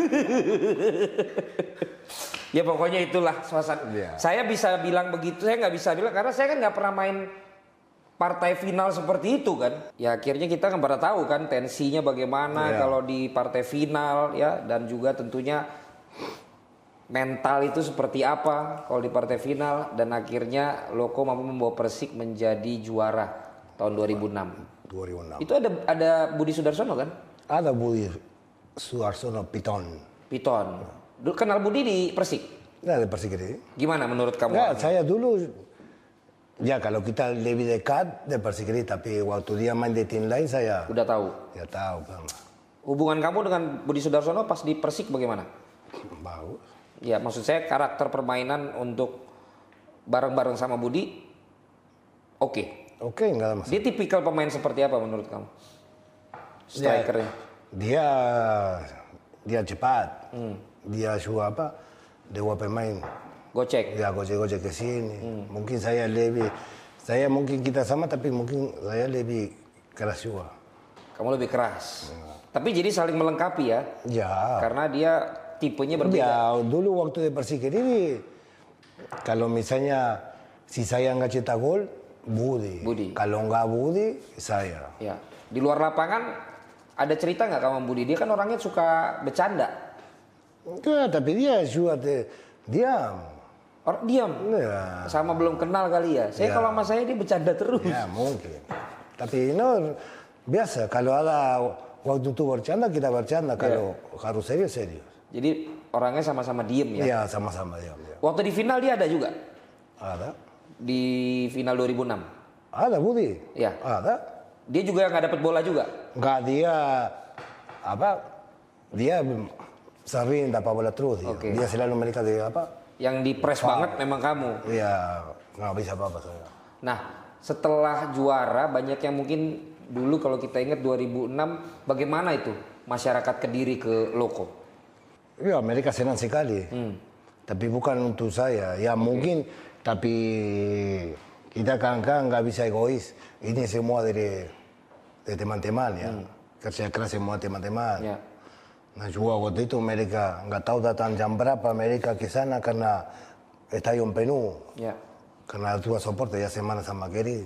Ya pokoknya itulah suasana. Yeah. Saya bisa bilang begitu, saya nggak bisa bilang karena saya kan nggak pernah main partai final seperti itu kan. Ya akhirnya kita kan pada tahu kan tensinya bagaimana yeah. kalau di partai final ya, dan juga tentunya mental itu seperti apa kalau di partai final, dan akhirnya Loko mampu membawa Persik menjadi juara tahun dua ribu enam. dua ribu enam. Itu ada ada Budi Sudarsono kan? Ada Budi Sudarsono Piton. Piton. Dulu kenal Budi di Persik? Ya di Persik ini. Gimana menurut kamu? Ya, saya dulu ya kalau kita lebih dekat de Persik, tapi waktu dia main di tim lain saya udah tahu. Ya tahu, Bang. Hubungan kamu dengan Budi Sudarsono pas di Persik bagaimana? Bagus. Ya maksud saya karakter permainan untuk bareng-bareng sama Budi oke. Okay. Oke, okay, enggak ada masalah. Dia tipikal pemain seperti apa menurut kamu? Strikernya? Dia dia cepat. Hmm. Dia juga apa? Dewa pemain. Gocek. Ya gocek-gocek ke sini. Hmm. Mungkin saya lebih, saya mungkin kita sama tapi mungkin saya lebih keras juga. Kamu lebih keras. Ya. Tapi jadi saling melengkapi ya? Ya. Karena dia tipenya berbeda. Ya dulu waktu di Persik ini, kalau misalnya si saya nggak cetak gol, Budi. Budi. Kalau nggak Budi, saya. Ya. Di luar lapangan ada cerita nggak kamu Budi? Dia kan orangnya suka bercanda. Enggak, tapi dia juga te, diam. Orang diam? Ya. Sama belum kenal kali ya? Saya ya. Kalau sama saya dia bercanda terus. Ya mungkin. Tapi no, biasa kalau ada waktu itu bercanda kita bercanda, kalau ya. Harus serius serius. Jadi orangnya sama-sama diem ya? Iya sama-sama diam. Ya. Waktu di final dia ada juga? Ada. Di final dua ribu enam? Ada Budi. Iya. Ada. Dia juga nggak dapat bola juga? Nggak, dia apa? Dia sering dapat bola terus. Dia, okay. Dia selalu mereka dia apa? Yang dipres banget memang kamu? Iya, nggak bisa apa-apa saya. Nah, setelah juara banyak yang mungkin dulu kalau kita ingat dua ribu enam, bagaimana itu masyarakat Kediri ke Loko? Iya, mereka senang sekali. Hmm. Tapi bukan untuk saya. Ya okay. Mungkin, tapi kita kan nggak bisa egois. Ini semua dari, dari teman-teman ya. Hmm. Kerja keras semua teman-teman. Ya. Nah juga waktu itu mereka nggak tahu datang jam berapa mereka ke sana karena stadion penuh. Ya. Karena dua support ya semana sama Keri.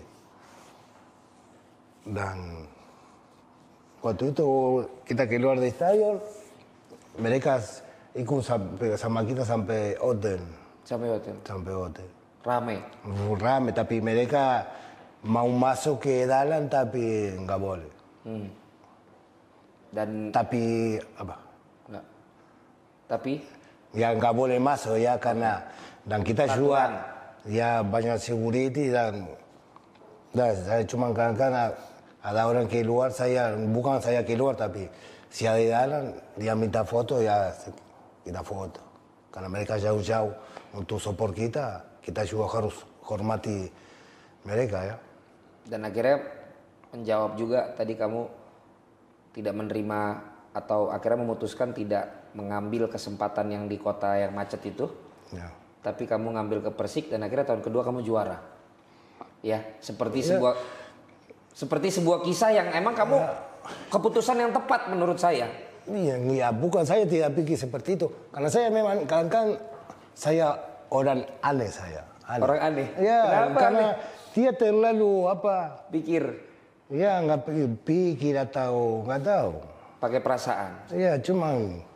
Dan waktu itu kita keluar dari stadion, mereka ikut sampai, sama kita sampai hotel. Sampai hotel? Sampai hotel. Rame? Rame, tapi mereka mau masuk ke dalam tapi nggak boleh. Hmm. Dan tapi apa? Enggak. Tapi ya nggak boleh masuk ya karena dan kita juga ya banyak security dan dan saya cuma kadang-kadang ada orang keluar, saya bukan saya keluar tapi si ada di dalam dia minta foto ya kita foto karena mereka jauh-jauh untuk support kita, kita juga harus hormati mereka ya. Dan akhirnya menjawab juga tadi kamu tidak menerima atau akhirnya memutuskan tidak mengambil kesempatan yang di kota yang macet itu, ya. Tapi kamu ngambil ke Persik dan akhirnya tahun kedua kamu juara, ya seperti ya. sebuah seperti sebuah kisah yang emang kamu ya. keputusan yang tepat menurut saya. Iya, iya, bukan saya tidak pikir seperti itu. Karena saya memang kadang-kadang saya orang aneh saya. Aneh. Orang aneh? Ya, kenapa karena aneh? dia terlalu apa? Pikir. Ya, nggak pikir, pikir atau nggak tahu. Pakai perasaan. Ya, cuma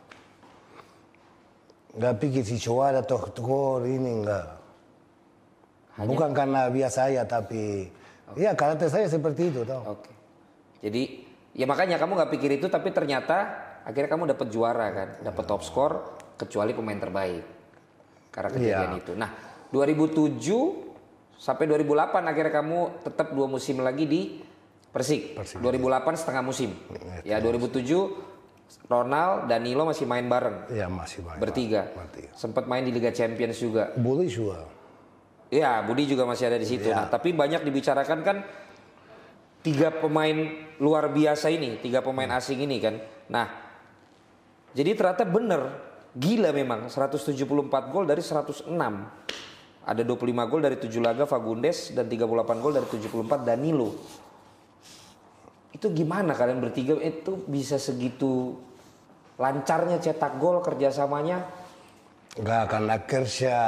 nggak pikir si suara atau gol ini nggak. Hanya? Bukan karena biasa saya, tapi okay. Ya karakter saya seperti itu, tahu. Oke. Okay. Jadi ya makanya kamu nggak pikir itu, tapi ternyata akhirnya kamu dapat juara kan, dapat top skor kecuali pemain terbaik karena kejadian yeah. itu. Nah, dua ribu tujuh sampai dua ribu delapan akhirnya kamu tetap dua musim lagi di Persik. Persik dua ribu delapan ya. Setengah musim. Ya, ya dua ribu tujuh Ronald, Danilo masih main bareng. Iya, masih main. Bertiga. Bertiga. Sempat main di Liga Champions juga. Budi juga. Iya, Budi juga masih ada di situ. Ya. Nah, tapi banyak dibicarakan kan tiga pemain luar biasa ini, tiga pemain hmm. asing ini kan. Nah, jadi ternyata bener, gila memang seratus tujuh puluh empat gol dari seratus enam. Ada dua puluh lima gol dari tujuh laga Fagundes dan tiga puluh delapan gol dari tujuh puluh empat Danilo. Itu gimana kalian bertiga itu bisa segitu lancarnya cetak gol, kerjasamanya? Enggak, karena kerja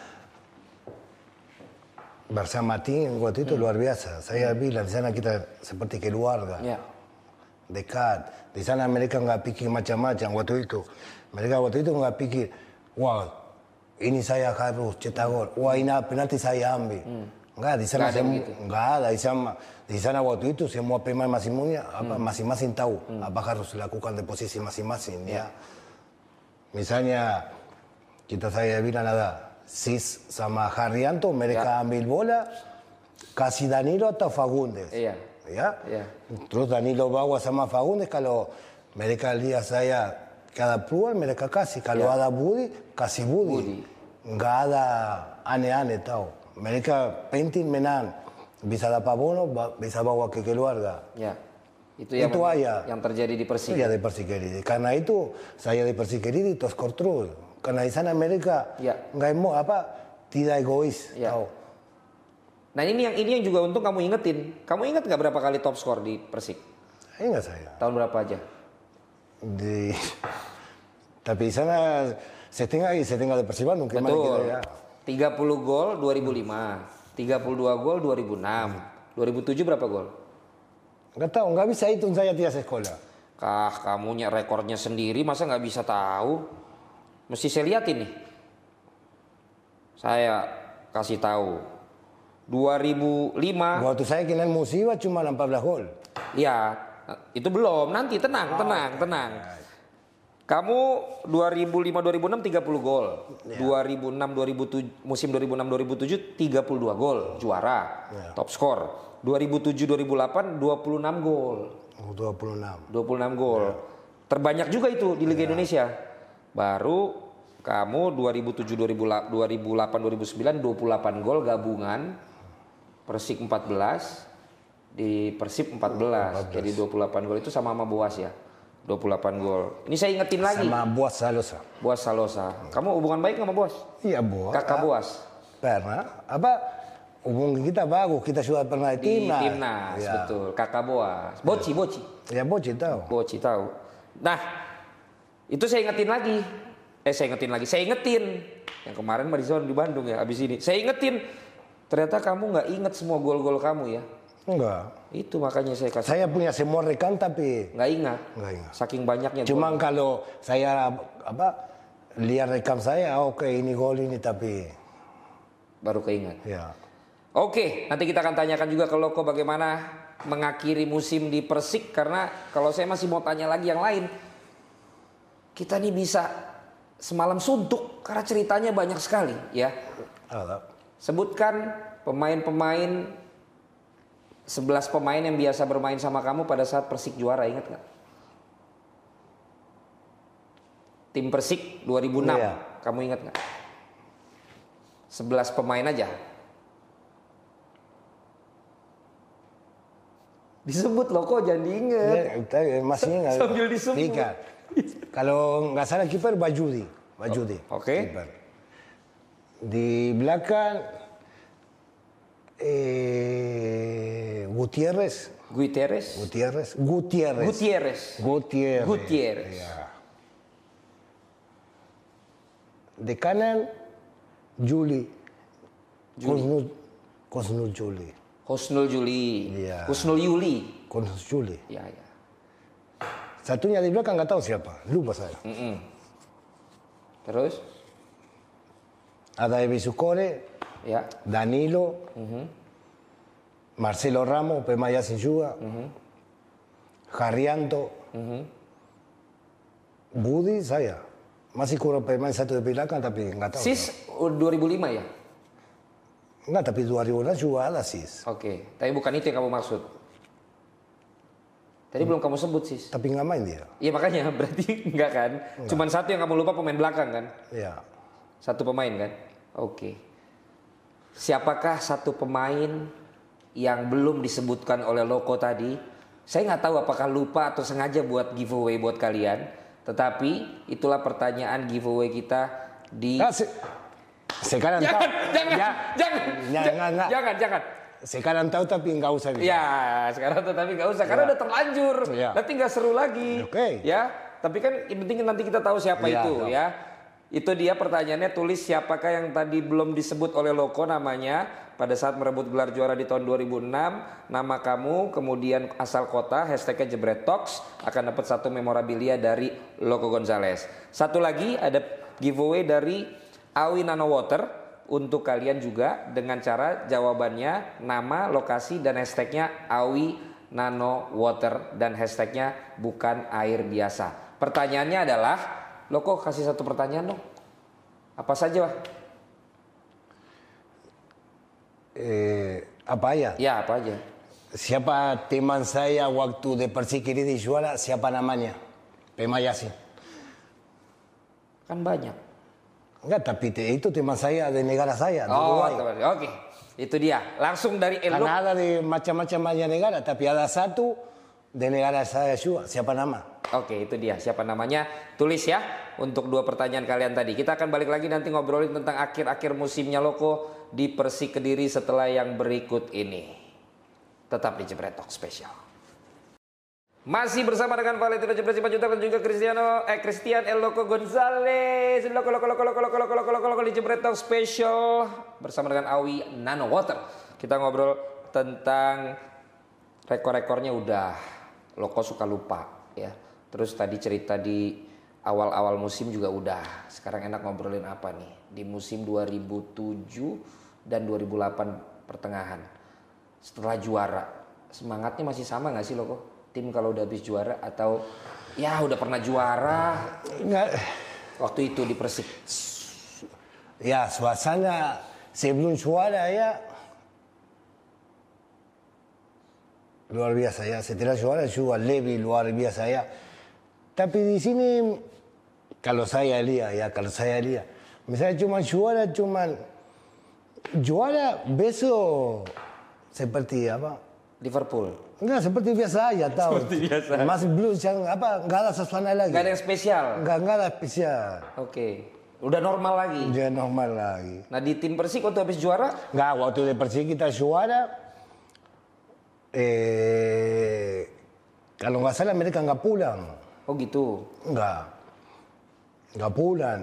bersama tim waktu itu hmm. luar biasa. Saya hmm. bilang di sana kita seperti keluarga. Ya. Dekat. Di sana mereka nggak pikir macam-macam waktu itu. Mereka waktu itu nggak pikir, wah ini saya harus cetak gol, wah ini penalti saya ambil. Hmm. Enggak, di sana semua gitu. Enggak ada di sana. Di sana waktu itu semua pemain masing-masing apa hmm. masing-masing tahu hmm. apa harus dilakukan di posisi masing-masing ya. ya. Misalnya kita saya bilang ada Sis sama Haryanto, mereka ya. ambil bola kasih Danilo atau Fagundes. Iya. Ya. ya. Terus Danilo bawa sama Fagundes, kalau mereka lihat saya kada peluang mereka kasih, kalau ya. ada Budi kasih Budi. Budi. Enggak ada aneh-aneh tahu. Mereka penting menang. Bisa dapat bonus, bisa bawa ke keluarga. Ya. Itu yang, itu aja. yang terjadi di Persik. Iya, di Persik Kediri. Karena itu saya di Persik Kediri terus kontrol. Karena di sana mereka ya. nggak mau apa, tidak egois. Ya. Tahu. Nah ini yang ini yang juga untung kamu ingetin. Kamu ingat nggak berapa kali top skor di Persik? Ingat saya. Tahun berapa aja? Di. Tapi di sana setengah setengah di Persib Bandung. Betul. Kita, ya. tiga puluh gol dua ribu lima, tiga puluh dua gol dua ribu enam, dua ribu tujuh berapa gol? Nggak tahu, nggak bisa hitung saya tiap sekolah. Kah, kamunya rekornya sendiri masa nggak bisa tahu? Mesti saya lihat ini. Saya kasih tahu. dua ribu lima. Waktu saya kenal Musiwa cuma empat belas gol. Ya, itu belum. Nanti tenang, oh, tenang, okay. tenang. Kamu dua ribu lima dua ribu enam tiga puluh gol. Yeah. dua ribu enam dua ribu tujuh musim dua ribu enam dua ribu tujuh tiga puluh dua gol, juara. Yeah. Top skor. dua ribu tujuh dua ribu delapan dua puluh enam gol. Oh, dua puluh enam. dua puluh enam gol. Yeah. Terbanyak juga itu di Liga yeah. Indonesia. Baru kamu dua ribu tujuh dua ribu delapan dua ribu sembilan dua puluh delapan gol gabungan. Persik empat belas, di Persib empat belas. empat belas. Jadi dua puluh delapan gol itu sama sama Boas ya. dua puluh delapan gol. Ini saya ingetin lagi. Sama Boas Salosa. Boas Salosa. Kamu hubungan baik sama Boas? Iya, Boas. Kakak Boas. Pernah. Apa? Hubungan kita bagus. Kita sudah pernah di timnas. Di timnas, ya. Betul. Kakak Boas. Boci, Boci. Ya, Boci tahu. Boci tahu. Nah, itu saya ingetin lagi. Eh, saya ingetin lagi. Saya ingetin. Yang kemarin Marizon di Bandung ya, abis ini. Saya ingetin. Ternyata kamu nggak inget semua gol-gol kamu ya. Enggak. Itu makanya saya kasih. Saya punya semua rekan tapi nggak ingat. Nggak ingat. Saking banyaknya. Cuman gol. Kalau saya apa lihat rekan saya, oke okay, ini gol ini tapi baru keingat. Ya. Oke, nanti kita akan tanyakan juga ke Loko bagaimana mengakhiri musim di Persik, karena kalau saya masih mau tanya lagi yang lain. Kita nih bisa semalam suntuk karena ceritanya banyak sekali ya. Halo. Sebutkan pemain-pemain sebelas pemain yang biasa bermain sama kamu pada saat Persik juara, ingat gak? Tim Persik dua ribu enam, iya. Kamu ingat gak? sebelas pemain aja. Disebut loh kok, jangan diinget. Ya, masih ingat. Sambil disebut. Tiga. Kalau nggak salah kiper Bajudi. Bajudi. Oh, Oke. Okay. Di belakang Eh, Gutierrez. Gutierrez. Gutierrez. Gutierrez. Gutierrez. Gutierrez. Gutierrez. Ya. De kanan, Juli. Husnul, Husnul Juli. Husnul Juli. Ya. Husnul Yuli. Husnul Juli. Ya, ya. Satunya di belakang nggak tahu siapa, lupa saya. Mm -mm. Terus? Ada Evi Sucore, ya. Danilo, Mm -hmm. Marcelo Ramos, pemain asing juga, mm -hmm. Haryanto, mm -hmm. Budi saya. Masih kurang pemain satu di belakang tapi nggak tahu. Sis dua ribu lima ya? Enggak, tapi dua ribu enam juga ada Sis. Oke, okay. Tapi bukan itu yang kamu maksud. Tadi hmm. belum kamu sebut Sis. Tapi nggak main dia. Iya makanya berarti enggak kan? Enggak. Cuman satu yang kamu lupa pemain belakang kan? Iya. Satu pemain kan? Oke. Okay. Siapakah satu pemain yang belum disebutkan oleh Loko tadi? Saya nggak tahu apakah lupa atau sengaja buat giveaway buat kalian. Tetapi itulah pertanyaan giveaway kita di. Nah, se sekarang jangan, tahu. Jangan, ya. jangan, jangan, jangan, jangan, jangan. Sekarang tahu tapi nggak usah. Ya, sekarang tahu tapi nggak usah karena ya. Udah terlanjur. Ya. Nanti nggak seru lagi. Oke. Okay. Ya, tapi kan yang penting nanti kita tahu siapa ya, itu no. ya. Itu dia pertanyaannya, tulis siapakah yang tadi belum disebut oleh Loko namanya pada saat merebut gelar juara di tahun dua ribu enam, nama kamu, kemudian asal kota, hashtagnya Jebret Talks, akan dapat satu memorabilia dari Loko Gonzales. Satu lagi ada giveaway dari Awi Nano Water untuk kalian juga dengan cara jawabannya nama, lokasi dan hashtagnya Awi Nano Water dan hashtagnya bukan air biasa. Pertanyaannya adalah, Loko kasih satu pertanyaan dong. Apa saja, Wah? Eh, apa ya? Ya, apa aja. Siapa teman saya waktu di Persikiri di juara, siapa namanya? Pemain asing. Kan banyak. Enggak, tapi itu teman saya di negara saya. Oh, oke. Okay. Itu dia. Langsung dari Elok. Karena ada di macam-macam banyak negara, tapi ada satu di negara saya juga. Siapa nama? Oke, itu dia. Siapa namanya? Tulis ya untuk dua pertanyaan kalian tadi. Kita akan balik lagi nanti ngobrolin tentang akhir-akhir musimnya Loko di Persik Kediri setelah yang berikut ini. Tetap di Jebret Talk Special. Masih bersama dengan Valentino Jebret Simanjuntak dan juga Cristiano eh Christian El Loko Gonzales. Loko Loko Loko Loko Loko Loko Loko Loko Loko di Jebret Talk Special bersama dengan Awi Nano Water. Kita ngobrol tentang rekor-rekornya udah. Loko suka lupa ya. Terus tadi cerita di awal-awal musim juga udah. Sekarang enak ngobrolin apa nih? Di musim dua ribu tujuh dan dua ribu delapan pertengahan. Setelah juara, semangatnya masih sama gak sih Loko? Tim kalau udah habis juara atau ya udah pernah juara? Enggak. Waktu itu di Persik. Ya suasana sebelum juara ya luar biasa ya. Setelah juara juga lebih luar biasa ya. Tapi di sini kalau saya lihat ya, kalau saya lihat, misalnya cuma juara, cuma juara besok seperti apa? Liverpool. Enggak, seperti biasa aja tahu. Seperti biasa. Masih belum yang apa? Enggak ada sesuatu lagi. Enggak ada yang spesial. Enggak, enggak ada spesial. Oke. Udah normal lagi. Udah normal lagi. Nah di tim Persik waktu habis juara? Enggak, waktu di Persik kita juara, eh, kalau nggak salah mereka nggak pulang. Oh gitu? Enggak. Enggak pulang.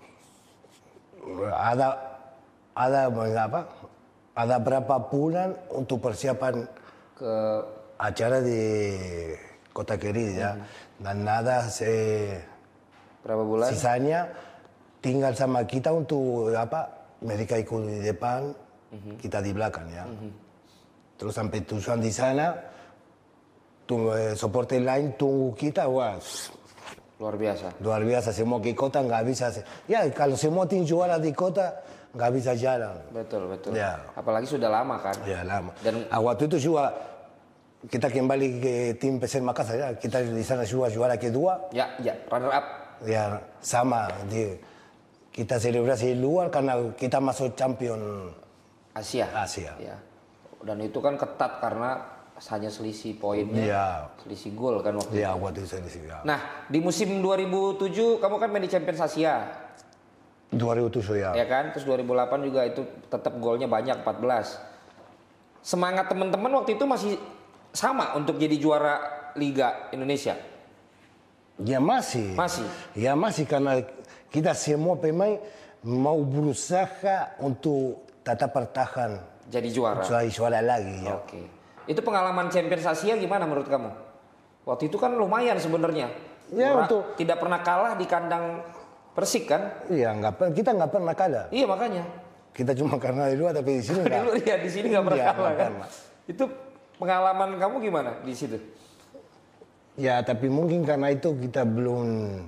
Ada ada apa? Ada berapa bulan untuk persiapan ke acara di Kota Kediri ya. Hmm. Dan ada se berapa bulan? Sisanya tinggal sama kita untuk apa? Mereka ikut di depan, hmm. kita di belakang ya. Hmm. Terus sampai tujuan di sana, tunggu eh, supporter lain tunggu kita, wah. Luar biasa. Luar biasa, semua ke kota nggak bisa. Ya kalau semua tim juara di kota nggak bisa jalan. Betul betul. Ya. Apalagi sudah lama kan. Ya lama. Dan ah, waktu itu juga kita kembali ke tim P S M Makassar ya. Kita di sana juga juara kedua. Ya ya runner up. Ya sama. Di, kita selebrasi di luar karena kita masuk champion Asia. Asia. Ya. Dan itu kan ketat karena hanya selisih poinnya, ya. Selisih gol kan waktu ya, itu. waktu itu selisih. Ya. Nah di musim dua ribu tujuh kamu kan main di Champions Asia. dua ribu tujuh ya. Ya kan, terus dua ribu delapan juga itu tetap golnya banyak empat belas. semangat teman-teman waktu itu masih sama untuk jadi juara Liga Indonesia? Ya masih. Masih? Ya masih, karena kita semua pemain mau berusaha untuk tetap bertahan. Jadi juara? Jadi juara lagi ya. Oke. Itu pengalaman Champions Asia gimana menurut kamu? Waktu itu kan lumayan sebenarnya. Ya, untuk tidak pernah kalah di kandang Persik kan? Iya, nggak, kita nggak pernah kalah. Iya makanya. Kita cuma karena di luar, tapi di sini nggak. Di luar ya, di sini nggak pernah Ya, kalah kan? pernah. Itu pengalaman kamu gimana di situ? Ya, tapi mungkin karena itu kita belum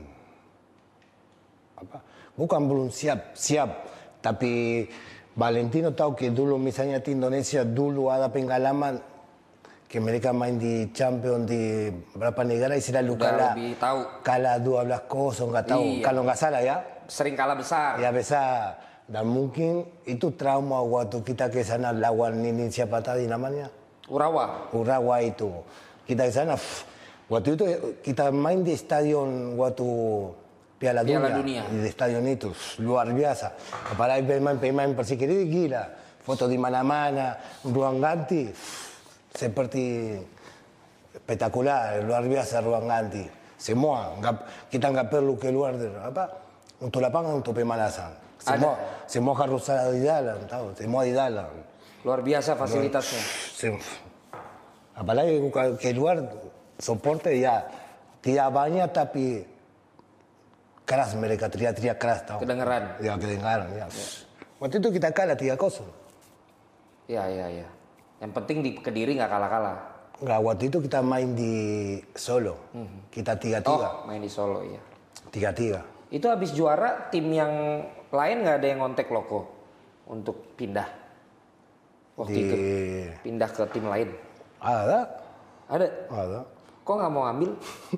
apa? Bukan belum siap, siap. Tapi Valentino tahu que dulu misalnya di Indonesia dulu ada pengalaman que mereka main di champion di berapa negara y selalu kalah. Lebih tahu. Kalah dua belas kosong, nggak tahu. Iya. Kalau nggak salah ya. Sering kalah besar. Ya besar. Dan mungkin itu trauma waktu kita ke sana lawan ini siapa tadi namanya? Urawa. Urawa itu. Kita ke sana, pff, waktu itu kita main di stadion waktu Piala, Piala Dunia. Dunia. Di stadion itu, pff, luar biasa. Apalagi pemain-pemain Persik ini gila. Foto di mana-mana, ruang ganti, pff, seperti spektakular, luar biasa ruang ganti. Semua, nggak, kita nggak perlu keluar dari apa, untuk lapangan, untuk pemanasan. Semua, Ada. semua harus ada di dalam, tahu? Semua di dalam. Luar biasa fasilitasnya. Sem- Apalagi keluar soporte ya tidak banyak tapi keras mereka, teriak-teriak keras, tahu? Kedengeran. Ya kedengaran. Ya. Waktu itu kita kalah tiga kosong. Iya iya iya. Yang penting di Kediri nggak kalah-kalah. Nggak, waktu itu kita main di Solo. Kita Oh, tiga-tiga. main di Solo ya. Tiga-tiga. Itu habis juara tim yang lain nggak ada yang ngontek Loko untuk pindah waktu Di... itu pindah ke tim lain? Ada. Ada. Ada. Kok nggak mau ambil?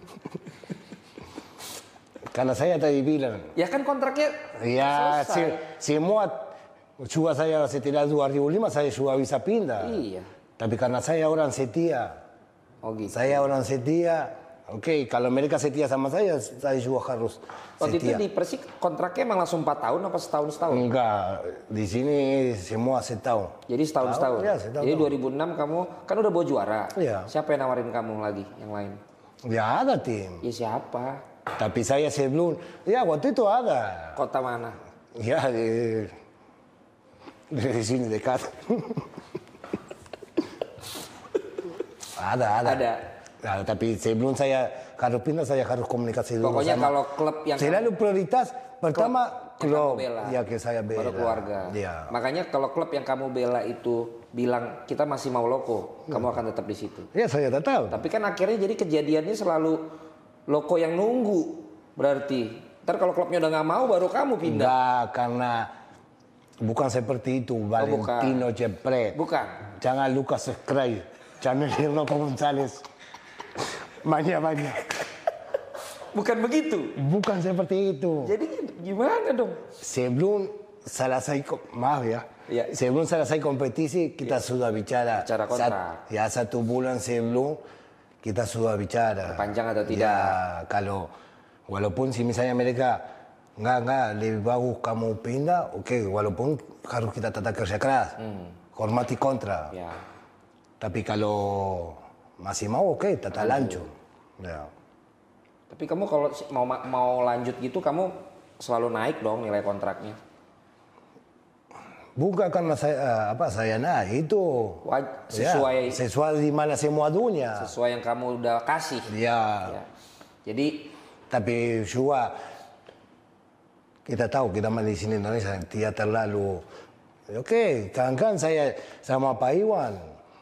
Karena saya tadi bilang. Ya kan kontraknya Ya, selesai. si, semua juga saya setelah dua ribu lima saya juga bisa pindah. Iya. Tapi karena saya orang setia. Oh gitu. Saya orang setia. Oke, kalau mereka setia sama saya, saya juga harus Waktu itu setia. di Persik kontraknya emang langsung empat tahun apa setahun setahun? Enggak, di sini semua setahun. Jadi setahun setahun. Ya, setahun. Jadi dua ribu enam kamu kan udah bawa juara. Iya. Siapa yang nawarin kamu lagi yang lain? Ya ada tim. Ya siapa? Tapi saya sebelum, ya waktu itu ada. Kota mana? Ya di, di sini dekat. ada, ada. Ada. Nah, tapi sebelum saya harus pindah, saya harus komunikasi dulu. Pokoknya sama, kalau klub yang selalu prioritas pertama klub yang klub kamu bela, ya que saya bela. baru keluarga. Ya. Makanya kalau klub yang kamu bela itu bilang kita masih mau Loko, Hmm. kamu akan tetap di situ. Ya saya tetap. Tapi kan akhirnya jadi kejadiannya selalu Loko yang nunggu. Berarti ntar kalau klubnya udah nggak mau baru kamu pindah. Enggak, karena bukan seperti itu. Valentino Jebret. Bukan. Jangan lupa subscribe channel Loko Gonzales. Banyak-banyak. Bukan begitu. Bukan seperti itu. Jadi gimana dong? Sebelum selesai, maaf ya. Ya. Sebelum selesai kompetisi kita ya. sudah bicara. Bicara kontrak. Sat, ya satu bulan sebelum kita sudah bicara. Panjang atau tidak? Ya, kalau walaupun si misalnya mereka nggak nggak lebih bagus kamu pindah, oke. Okay, walaupun harus kita tetap kerja keras, hmm. hormati kontrak. Ya. Tapi kalau masih mau, oke, okay, tetap lanjut. Ya. Tapi kamu kalau mau mau lanjut gitu, kamu selalu naik dong nilai kontraknya. Bukan karena saya apa saya naik itu Waj, sesuai ya, sesuai di mana semua dunia. Sesuai yang kamu udah kasih. Ya. Ya. Jadi tapi juga kita tahu kita main di sini Indonesia tidak terlalu. Oke, okay, kan-kan saya sama Pak Iwan.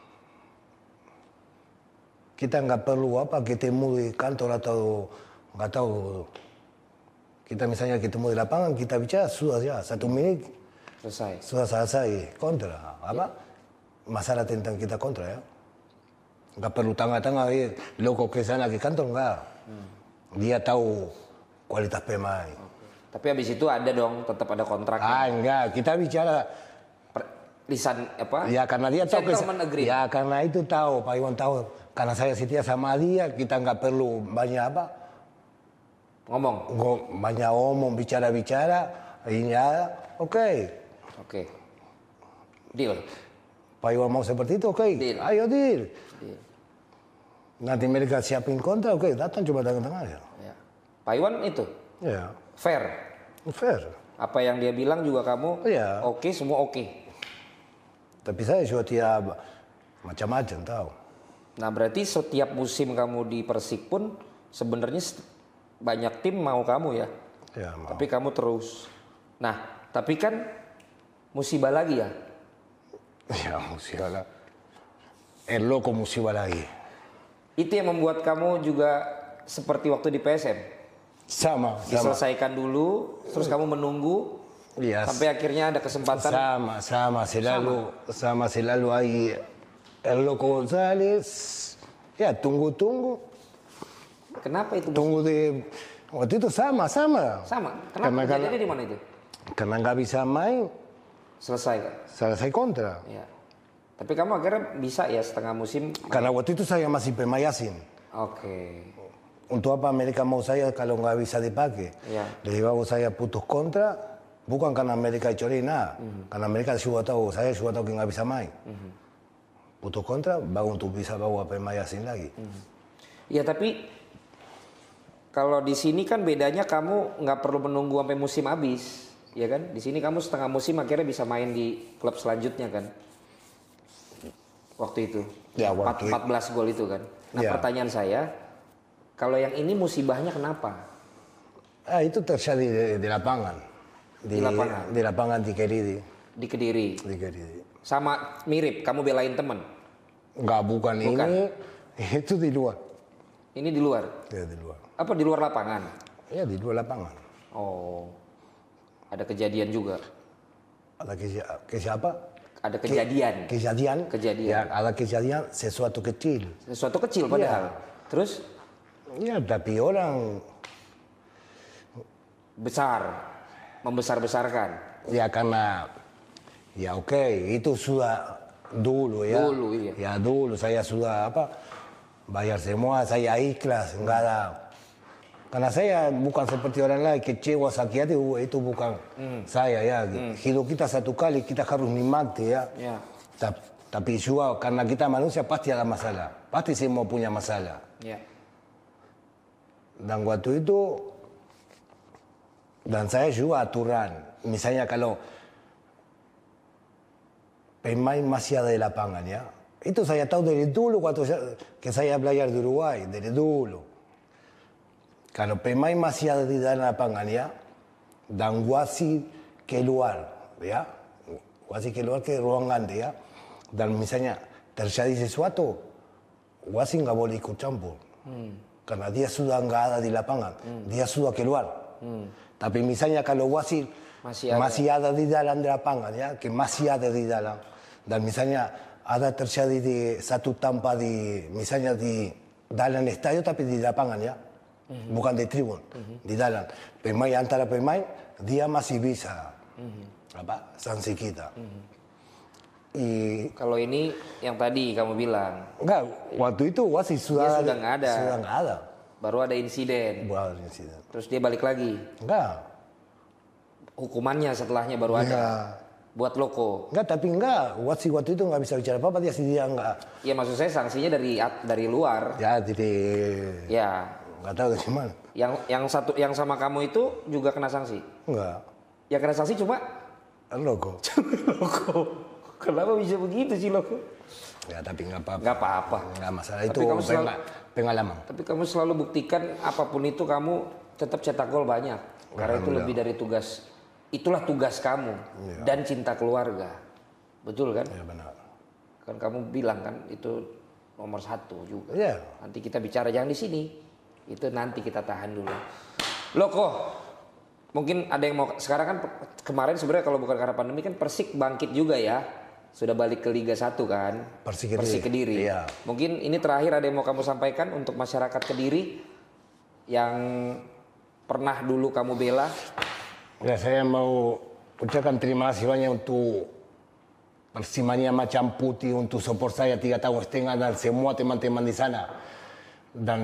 Kita nggak perlu apa ketemu di kantor atau nggak tahu. Kita misalnya ketemu di lapangan kita bicara sudah ya satu menit. selesai. Sudah selesai kontra apa? Ya. Masalah tentang kita kontra ya. Nggak perlu tengah-tengah eh, Loko ke sana ke kantor nggak. Hmm. Dia tahu kualitas pemain. Okay. Tapi habis itu ada dong tetap ada kontrak. Ah enggak, kita bicara lisan apa? Ya karena dia tahu ke, ya karena itu tahu Pak Iwan tahu karena saya setia sama dia kita nggak perlu banyak apa ngomong banyak omong bicara-bicara ini ya oke okay. oke okay. Deal. Pak Pak Iwan mau seperti itu, oke. Okay. Ayo deal. deal. Nanti mereka siapin kontra, oke. Okay. Datang coba datang aja. Ya. Pak Iwan itu? Ya. Fair? Fair. Apa yang dia bilang juga kamu ya. oke, okay, semua oke? Okay. Tapi saya juga tiap macam-macam tahu. Nah berarti setiap musim kamu di Persik pun sebenarnya banyak tim mau kamu ya? Ya mau. Tapi kamu terus. Nah tapi kan musibah lagi ya? Ya musibah lah. El loco musibah lagi. Itu yang membuat kamu juga seperti waktu di P S M? Sama. Diselesaikan sama. dulu, terus kamu menunggu, yes. sampai akhirnya ada kesempatan. Sama, sama selalu, sama, sama selalu hay El Loco González. Ya tunggu-tunggu. Kenapa itu? Tunggu di waktu itu sama, sama. Sama. Kenapa? Kejadiannya di mana itu? Karena nggak bisa main. Selesai kan? Selesai kontra. Ya. Tapi kamu akhirnya bisa ya setengah musim? Karena waktu itu saya masih pemain asing. Oke. Okay. Untuk apa Amerika mau saya kalau nggak bisa dipakai? Ya. Jadi kalau saya putus kontra, bukan karena Amerika curi, nah. Mm-hmm. Karena Amerika juga tahu, saya juga tahu nggak bisa main. Mm-hmm. Putus kontra, baru untuk bisa bawa pemain asing lagi. Mm-hmm. Ya tapi kalau di sini kan bedanya kamu nggak perlu menunggu sampai musim habis, ya kan? Di sini kamu setengah musim akhirnya bisa main di klub selanjutnya kan? Waktu itu, ya, waktu empat belas gol itu kan. Nah ya. Pertanyaan saya, kalau yang ini musibahnya kenapa? Ah, itu terjadi di, di lapangan. Di, di lapangan? Di lapangan di Kediri. Di Kediri? Di Kediri. Sama mirip, kamu belain teman? Enggak, bukan, bukan. Ini, itu di luar. Ini di luar? Ya, di luar. Apa di luar lapangan? Ya, di luar lapangan. Oh, ada kejadian juga? Ada ke, ke siapa? Ada kejadian. Ke, kejadian. Kejadian. Ya, ada kejadian sesuatu kecil. Sesuatu kecil padahal. Ya. Terus? Ya, tapi orang besar, membesar-besarkan. Ya karena, ya oke, okay, itu sudah dulu ya. Dulu iya. Ya dulu saya sudah apa? Bayar semua, saya ikhlas, enggak ada. Karena saya bukan seperti orang lain, kecewa, sakit hati, itu bukan hmm. saya ya. Hmm. Hidup kita satu kali, kita harus nikmati ya. ya. Tapi juga karena kita manusia pasti ada masalah. Pasti semua punya masalah. Ya. Dan waktu itu, dan saya juga aturan. Misalnya kalau pemain masih ada di lapangan ya. Itu saya tahu dari dulu waktu saya, que saya belajar di Uruguay, dari dulu. Kalau pemain masih ada di dalam lapangan ya, dan wasit keluar ya, wasit keluar ke ruangan dia, dan misalnya terjadi sesuatu, wasit nggak boleh ikut campur, hmm. karena dia sudah nggak ada di lapangan, hmm. dia sudah keluar. Hmm. Tapi misalnya kalau wasit masih ada. masih ada di dalam di lapangan ya, que masih ada di dalam, dan misalnya ada terjadi di satu tanpa di, misalnya di dalam estadio tapi di lapangan ya. Uh-huh. Bukan di tribun, uh-huh. di dalam. Pemain antara pemain, dia masih bisa uh-huh. apa sanksi kita. Uh-huh. I, Kalau ini yang tadi kamu bilang. Enggak, waktu itu wasit sudah sudah nggak ada. Sudah nggak ada. Baru ada insiden. Baru ada insiden. Terus dia balik lagi. Enggak. Hukumannya setelahnya baru ada. Ya. Buat loko. Enggak, tapi enggak. Wasit waktu itu nggak bisa bicara apa-apa, dia sendiri enggak. Ya maksud saya sanksinya dari dari luar. Ya, jadi. Ya. Nggak tahu gimana. Yang yang satu yang sama kamu itu juga kena sanksi? Enggak. Yang kena sanksi cuma loko. Loko. Kenapa bisa begitu sih loko? Ya tapi nggak apa-apa. Nggak apa-apa. Nggak masalah, itu kamu selalu, pengalaman. Tapi kamu selalu buktikan apapun itu kamu tetap cetak gol banyak. Karena itu lebih dari tugas. Itulah tugas kamu ya. Dan cinta keluarga. Betul kan? Ya benar. Kan kamu bilang kan itu nomor satu juga. Ya. Nanti kita bicara jangan di sini. Itu nanti kita tahan dulu. Loko, mungkin ada yang mau sekarang kan kemarin sebenarnya kalau bukan karena pandemi kan Persik bangkit juga ya, sudah balik ke Liga satu kan. Persik Kediri. Persik Kediri. Iya. Mungkin ini terakhir ada yang mau kamu sampaikan untuk masyarakat Kediri yang pernah dulu kamu bela. Ya saya mau ucapkan terima kasih banyak untuk Persimania Macam Putih, untuk support saya tiga tahun setengah dan semua teman-teman di sana. Dan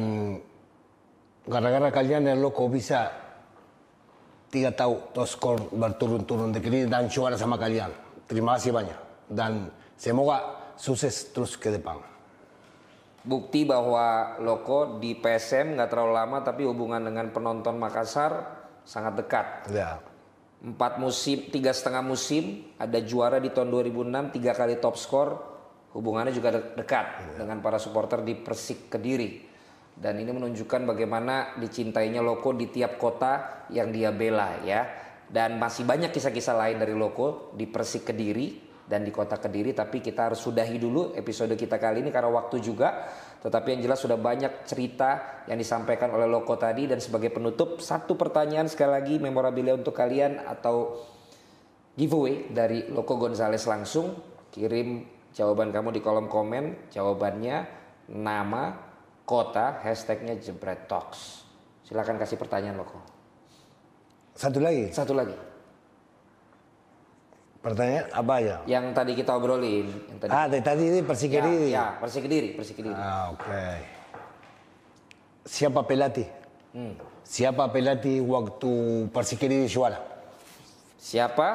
gara-gara kalian yang loko bisa tiga tahun top skor berturun-turun di sini dan juara sama kalian. Terima kasih banyak. Dan Semoga sukses terus ke depan. Bukti bahwa Loko di P S M nggak terlalu lama, tapi hubungan dengan penonton Makassar sangat dekat. Ya. Empat musim, tiga setengah musim, ada juara di tahun dua ribu enam, tiga kali top skor. Hubungannya juga de dekat ya. dengan para supporter di Persik Kediri. Dan ini menunjukkan bagaimana dicintainya Loko di tiap kota yang dia bela ya. Dan masih banyak kisah-kisah lain dari Loko di Persik Kediri dan di kota Kediri. Tapi kita harus sudahi dulu episode kita kali ini karena waktu juga. Tetapi yang jelas sudah banyak cerita yang disampaikan oleh Loko tadi. Dan sebagai penutup, satu pertanyaan sekali lagi memorabilia untuk kalian atau giveaway dari Loko Gonzales langsung. Kirim jawaban kamu di kolom komen. Jawabannya nama, kota, hashtagnya Jebret Talks. Silakan kasih pertanyaan Loko. Satu lagi? Satu lagi. Pertanyaan apa ya? Yang tadi kita obrolin. Yang tadi. Ah, dari tadi ini Persik Kediri. Ya, ya, Persik Kediri, Persik Kediri. Ah, oke. Okay. Siapa pelatih? Hmm. Siapa pelatih waktu Persik Kediri juara? Siapa?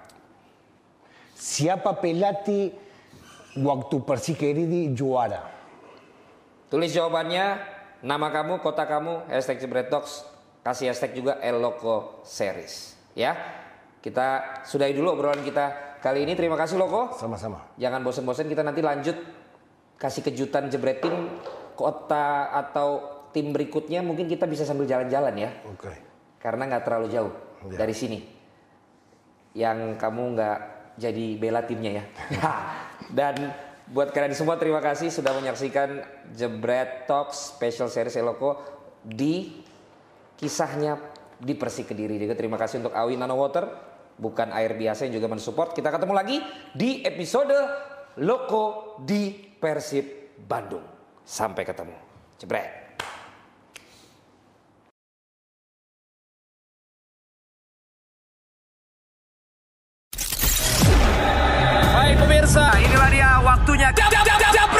Siapa pelatih waktu Persik Kediri juara? Tulis jawabannya, nama kamu, kota kamu, hashtag Jebret Talks, kasih hashtag juga El Loko Series. Ya. Kita sudahi dulu obrolan kita kali ini. Terima kasih Loko. Sama-sama. Jangan bosan-bosan, kita nanti lanjut kasih kejutan jebretin kota atau tim berikutnya. Mungkin kita bisa sambil jalan-jalan ya. Oke. Okay. Karena nggak terlalu jauh ya. dari sini. Yang kamu nggak jadi bela timnya ya. Dan buat kalian semua terima kasih sudah menyaksikan Jebret Talks Special Series El Loko di kisahnya di Persik Kediri. Juga terima kasih untuk Awi Nano Water. Bukan air biasa yang juga mensupport. Kita ketemu lagi di episode Loko di Persib Bandung. Sampai ketemu. Jebret. Baik pemirsa, inilah dia waktunya. Jab, jab, jab, jab.